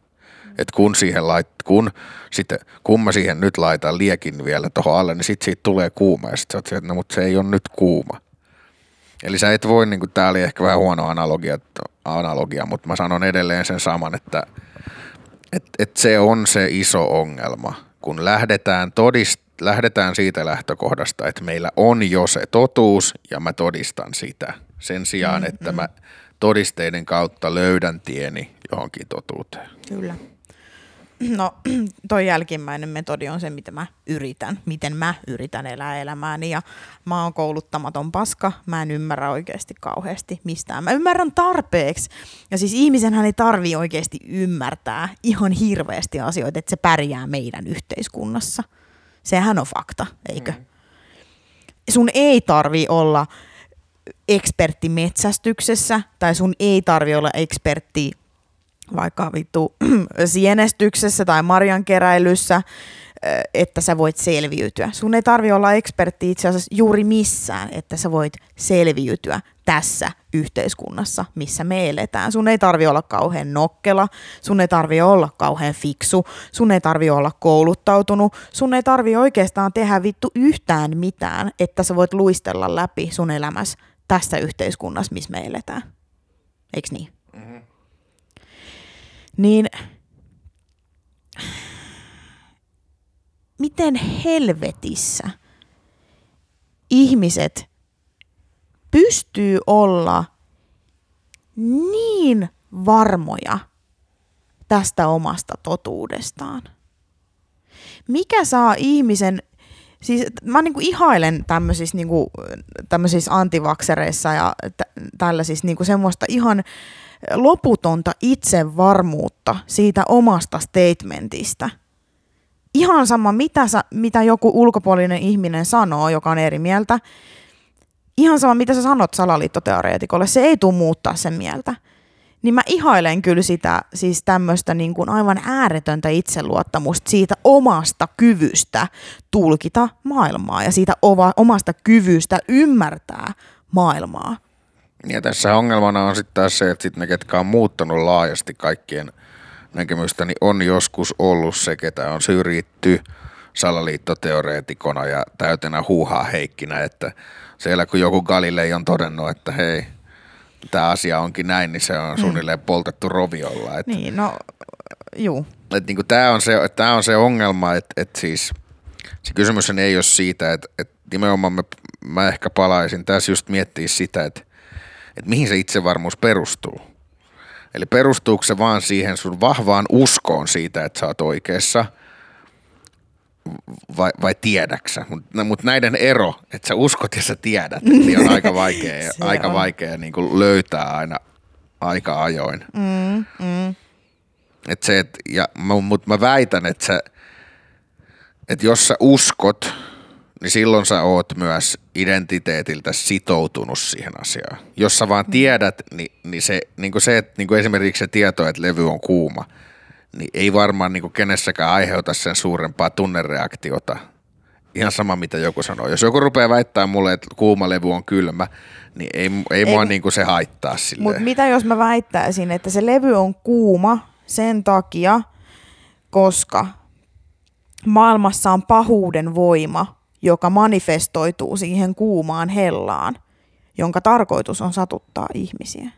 kun mä siihen nyt laitan liekin vielä tuohon alle, niin sit siitä tulee kuuma ja sit sä oot että no mutta se ei ole nyt kuuma. Eli sä et voi, niin kuin tää oli ehkä vähän huono analogia, mutta mä sanon edelleen sen saman, että se on se iso ongelma, kun lähdetään siitä lähtökohdasta, että meillä on jo se totuus ja mä todistan sitä. sen sijaan, että mä todisteiden kautta löydän tieni johonkin totuuteen. Kyllä. No toi jälkimmäinen metodi on se, miten mä yritän elää elämääni ja mä oon kouluttamaton paska, mä en ymmärrä oikeasti kauheasti mistään. Mä ymmärrän tarpeeksi ja siis ihmisenhän ei tarvii oikeasti ymmärtää ihan hirveästi asioita, että se pärjää meidän yhteiskunnassa. Sehän on fakta, eikö? Sun ei tarvii olla ekspertti metsästyksessä tai sun ei tarvii olla ekspertti vaikka sienestyksessä tai marjankeräilyssä, että sä voit selviytyä. Sun ei tarvitse olla ekspertti itse asiassa juuri missään, että sä voit selviytyä tässä yhteiskunnassa, missä me eletään. Sun ei tarvitse olla kauhean nokkela, sun ei tarvitse olla kauhean fiksu, sun ei tarvitse olla kouluttautunut, sun ei tarvitse oikeastaan tehdä yhtään mitään, että sä voit luistella läpi sun elämässä tässä yhteiskunnassa, missä me eletään. Eiks niin? Mm-hmm. Niin miten helvetissä ihmiset pystyy olla niin varmoja tästä omasta totuudestaan? Mikä saa ihmisen, siis mä niinku ihailen tämmöisissä antivaksereissa ja tällaisissa niinku semmoista ihan loputonta itsevarmuutta siitä omasta statementista. Ihan sama, mitä joku ulkopuolinen ihminen sanoo, joka on eri mieltä. Ihan sama, mitä sä sanot salaliittoteoreetikolle, se ei tule muuttaa sen mieltä. Niin mä ihailen kyllä sitä, siis tämmöistä niin kuin aivan ääretöntä itseluottamusta siitä omasta kyvystä tulkita maailmaa ja siitä omasta kyvystä ymmärtää maailmaa. Ja tässä ongelmana on sitten taas se, että sit ne, ketkä on muuttanut laajasti kaikkien näkemystä, niin on joskus ollut se, ketä on syrjitty salaliittoteoreetikona ja täytenä huuhaa heikkinä, että siellä kun joku Galilei on todennut, että hei, tämä asia onkin näin, niin se on suunnilleen poltettu roviolla. Niin, no, juu. Niin tämä on se ongelma, että siis se kysymys ei ole siitä, että nimenomaan mä ehkä palaisin tässä just miettiä sitä, että mihin se itsevarmuus perustuu. Eli perustuuko se vaan siihen sun vahvaan uskoon siitä, että sä oot oikeassa vai tiedäksä? Mutta näiden ero, että sä uskot ja sä tiedät, niin on aika vaikea niin kuin löytää aina aika ajoin. Mutta mä väitän, että jos sä uskot, niin silloin sä oot myös identiteetiltä sitoutunut siihen asiaan. Jos sä vaan tiedät, niin se, että esimerkiksi se tieto, että levy on kuuma, niin ei varmaan kenessäkään aiheuta sen suurempaa tunnereaktiota. Ihan sama, mitä joku sanoo. Jos joku rupeaa väittämään mulle, että kuuma levy on kylmä, niin ei mua se haittaa silleen. Mutta mitä jos mä väittäisin, että se levy on kuuma sen takia, koska maailmassa on pahuuden voima, joka manifestoituu siihen kuumaan hellaan, jonka tarkoitus on satuttaa ihmisiä.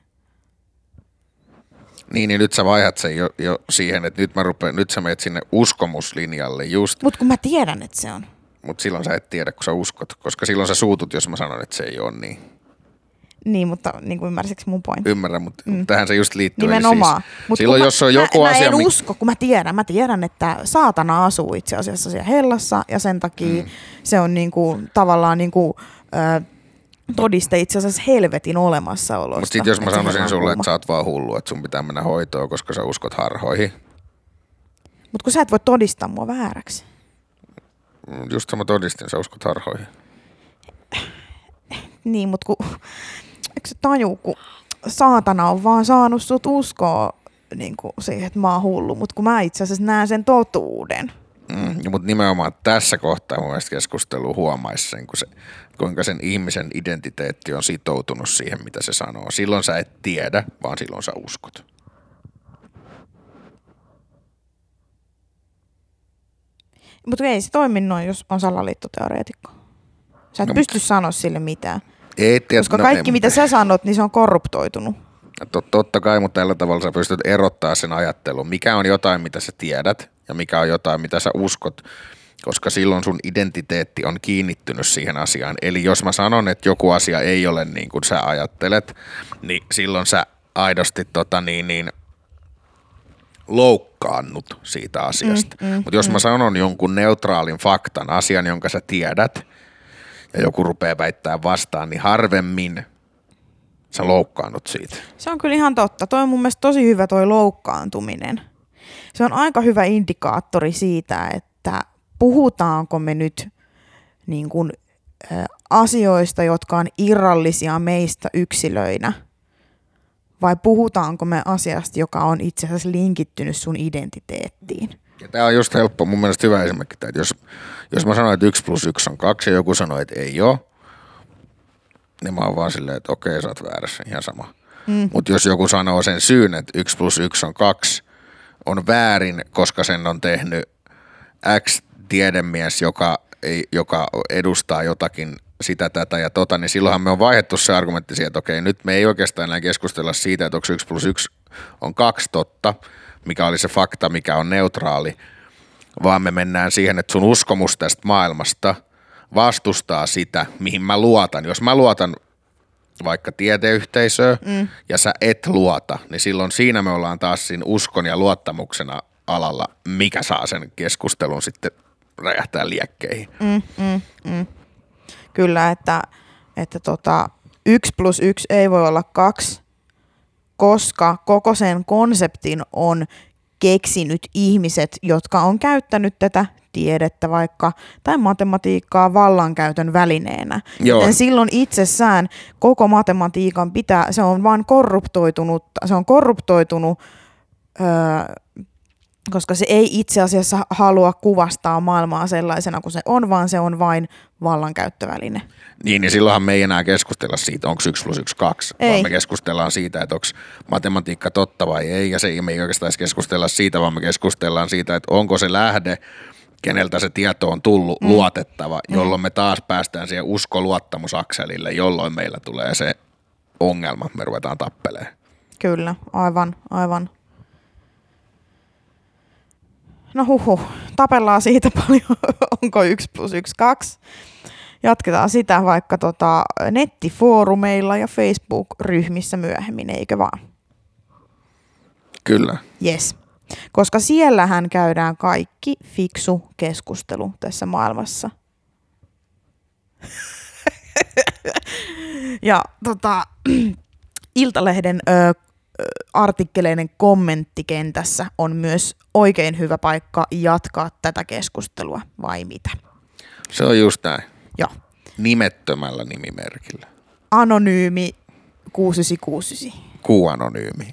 Niin nyt sä vaihdat sen jo siihen, että nyt sä menet sinne uskomuslinjalle just. Mutta kun mä tiedän, että se on. Mutta silloin sä et tiedä, kun sä uskot, koska silloin sä suutut, jos mä sanon, että se ei ole niin. Niin, mutta niin kuin ymmärsitkö mun pointti? Ymmärrän, mutta tähän se just liittyy. Nimenomaan. Siis, silloin jos on joku asia... Mä en usko, kun mä tiedän, että saatana asuu itse asiassa siellä hellassa ja sen takia se on niinku, tavallaan niinku, todiste itse asiassa helvetin olemassaolosta. Mutta sitten jos mä sanoisin sulle, että sä oot vaan hullu, että sun pitää mennä hoitoon, koska sä uskot harhoihin. Mutta kun sä et voi todistaa mua vääräksi. Just sama todistin, sä uskot harhoihin. Niin, mutta eikö se taju, kun saatana on vaan saanut sut uskoa niin siihen, että mä oon hullu, mutta kun mä itse asiassa näen sen totuuden. Mutta nimenomaan tässä kohtaa mun mielestä keskustelu huomaisi sen, kuinka sen ihmisen identiteetti on sitoutunut siihen, mitä se sanoo. Silloin sä et tiedä, vaan silloin sä uskot. Mutta ei se toimi noin, jos on salaliittoteoreetikko. Sä et pysty sanoa sille mitään. Koska kaikki, mitä sä sanot, niin se on korruptoitunut. Totta kai, mutta tällä tavalla sä pystyt erottaa sen ajattelun. Mikä on jotain, mitä sä tiedät, ja mikä on jotain, mitä sä uskot. koska silloin sun identiteetti on kiinnittynyt siihen asiaan. Eli jos mä sanon, että joku asia ei ole niin kuin sä ajattelet, niin silloin sä aidosti loukkaannut siitä asiasta. Mutta jos mä sanon jonkun neutraalin faktan, asian, jonka sä tiedät, ja joku rupeaa väittämään vastaan, niin harvemmin sä loukkaannut siitä. Se on kyllä ihan totta. Toi on mun mielestä tosi hyvä toi loukkaantuminen. Se on aika hyvä indikaattori siitä, että puhutaanko me nyt niin kuin, asioista, jotka on irrallisia meistä yksilöinä, vai puhutaanko me asiasta, joka on itse asiassa linkittynyt sun identiteettiin. Ja tää on just helppo, mun mielestä hyvä esimerkki, että jos mä sanon, että 1+1 on 2 ja joku sanoo, että ei ole, niin mä oon vaan silleen, että okei, sä oot väärässä, ihan sama. Mutta jos joku sanoo sen syyn, että 1+1 on 2, on väärin, koska sen on tehnyt X-tiedemies, joka edustaa jotakin sitä, tätä ja tota, niin silloinhan me on vaihdettu se argumentti siihen, että okei, nyt me ei oikeastaan enää keskustella siitä, että onko 1+1 on 2 totta, mikä oli se fakta, mikä on neutraali, vaan me mennään siihen, että sun uskomus tästä maailmasta vastustaa sitä, mihin mä luotan. Jos mä luotan vaikka tiedeyhteisöön ja sä et luota, niin silloin siinä me ollaan taas siinä uskon ja luottamuksena alalla, mikä saa sen keskustelun sitten räjähtää liekkeihin. Kyllä, että 1+1 ei voi olla 2, koska koko sen konseptin on keksinyt ihmiset, jotka on käyttänyt tätä tiedettä vaikka tai matematiikkaa vallankäytön välineenä. Joten silloin itsessään koko matematiikan se on vain korruptoitunut, koska se ei itse asiassa halua kuvastaa maailmaa sellaisena kuin se on, vaan se on vain vallankäyttöväline. Niin silloinhan me ei enää keskustella siitä, onko 1+1 2, ei. Vaan me keskustellaan siitä, että onko matematiikka totta vai ei, ja se me ei oikeastaan keskustella siitä, vaan me keskustellaan siitä, että onko se lähde, keneltä se tieto on tullut, luotettava, jolloin me taas päästään siihen usko-luottamusakselille, jolloin meillä tulee se ongelma, me ruvetaan tappelemaan. Kyllä, aivan. No tapellaan siitä paljon, onko 1+1 2. Jatketaan sitä vaikka nettifoorumeilla ja Facebook-ryhmissä myöhemmin, eikö vaan? Kyllä. Yes. Koska siellähän käydään kaikki fiksu keskustelu tässä maailmassa. Ja Iltalehden artikkeleiden kommenttikentässä on myös oikein hyvä paikka jatkaa tätä keskustelua, vai mitä? Se on just näin. Joo. Nimettömällä nimimerkillä. Anonyymi 6969. Kuanonyymi.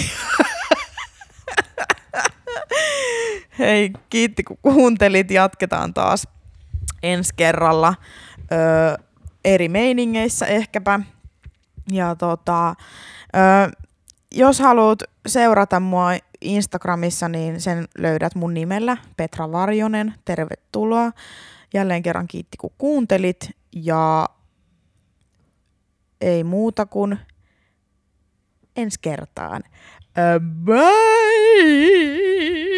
Hei, kiitti kun kuuntelit. Jatketaan taas ensi kerralla eri meiningeissä ehkäpä. Ja jos haluat seurata mua Instagramissa, niin sen löydät mun nimellä Petra Varjonen. Tervetuloa. Jälleen kerran kiitti kun kuuntelit ja ei muuta kuin ensi kertaan. Bye!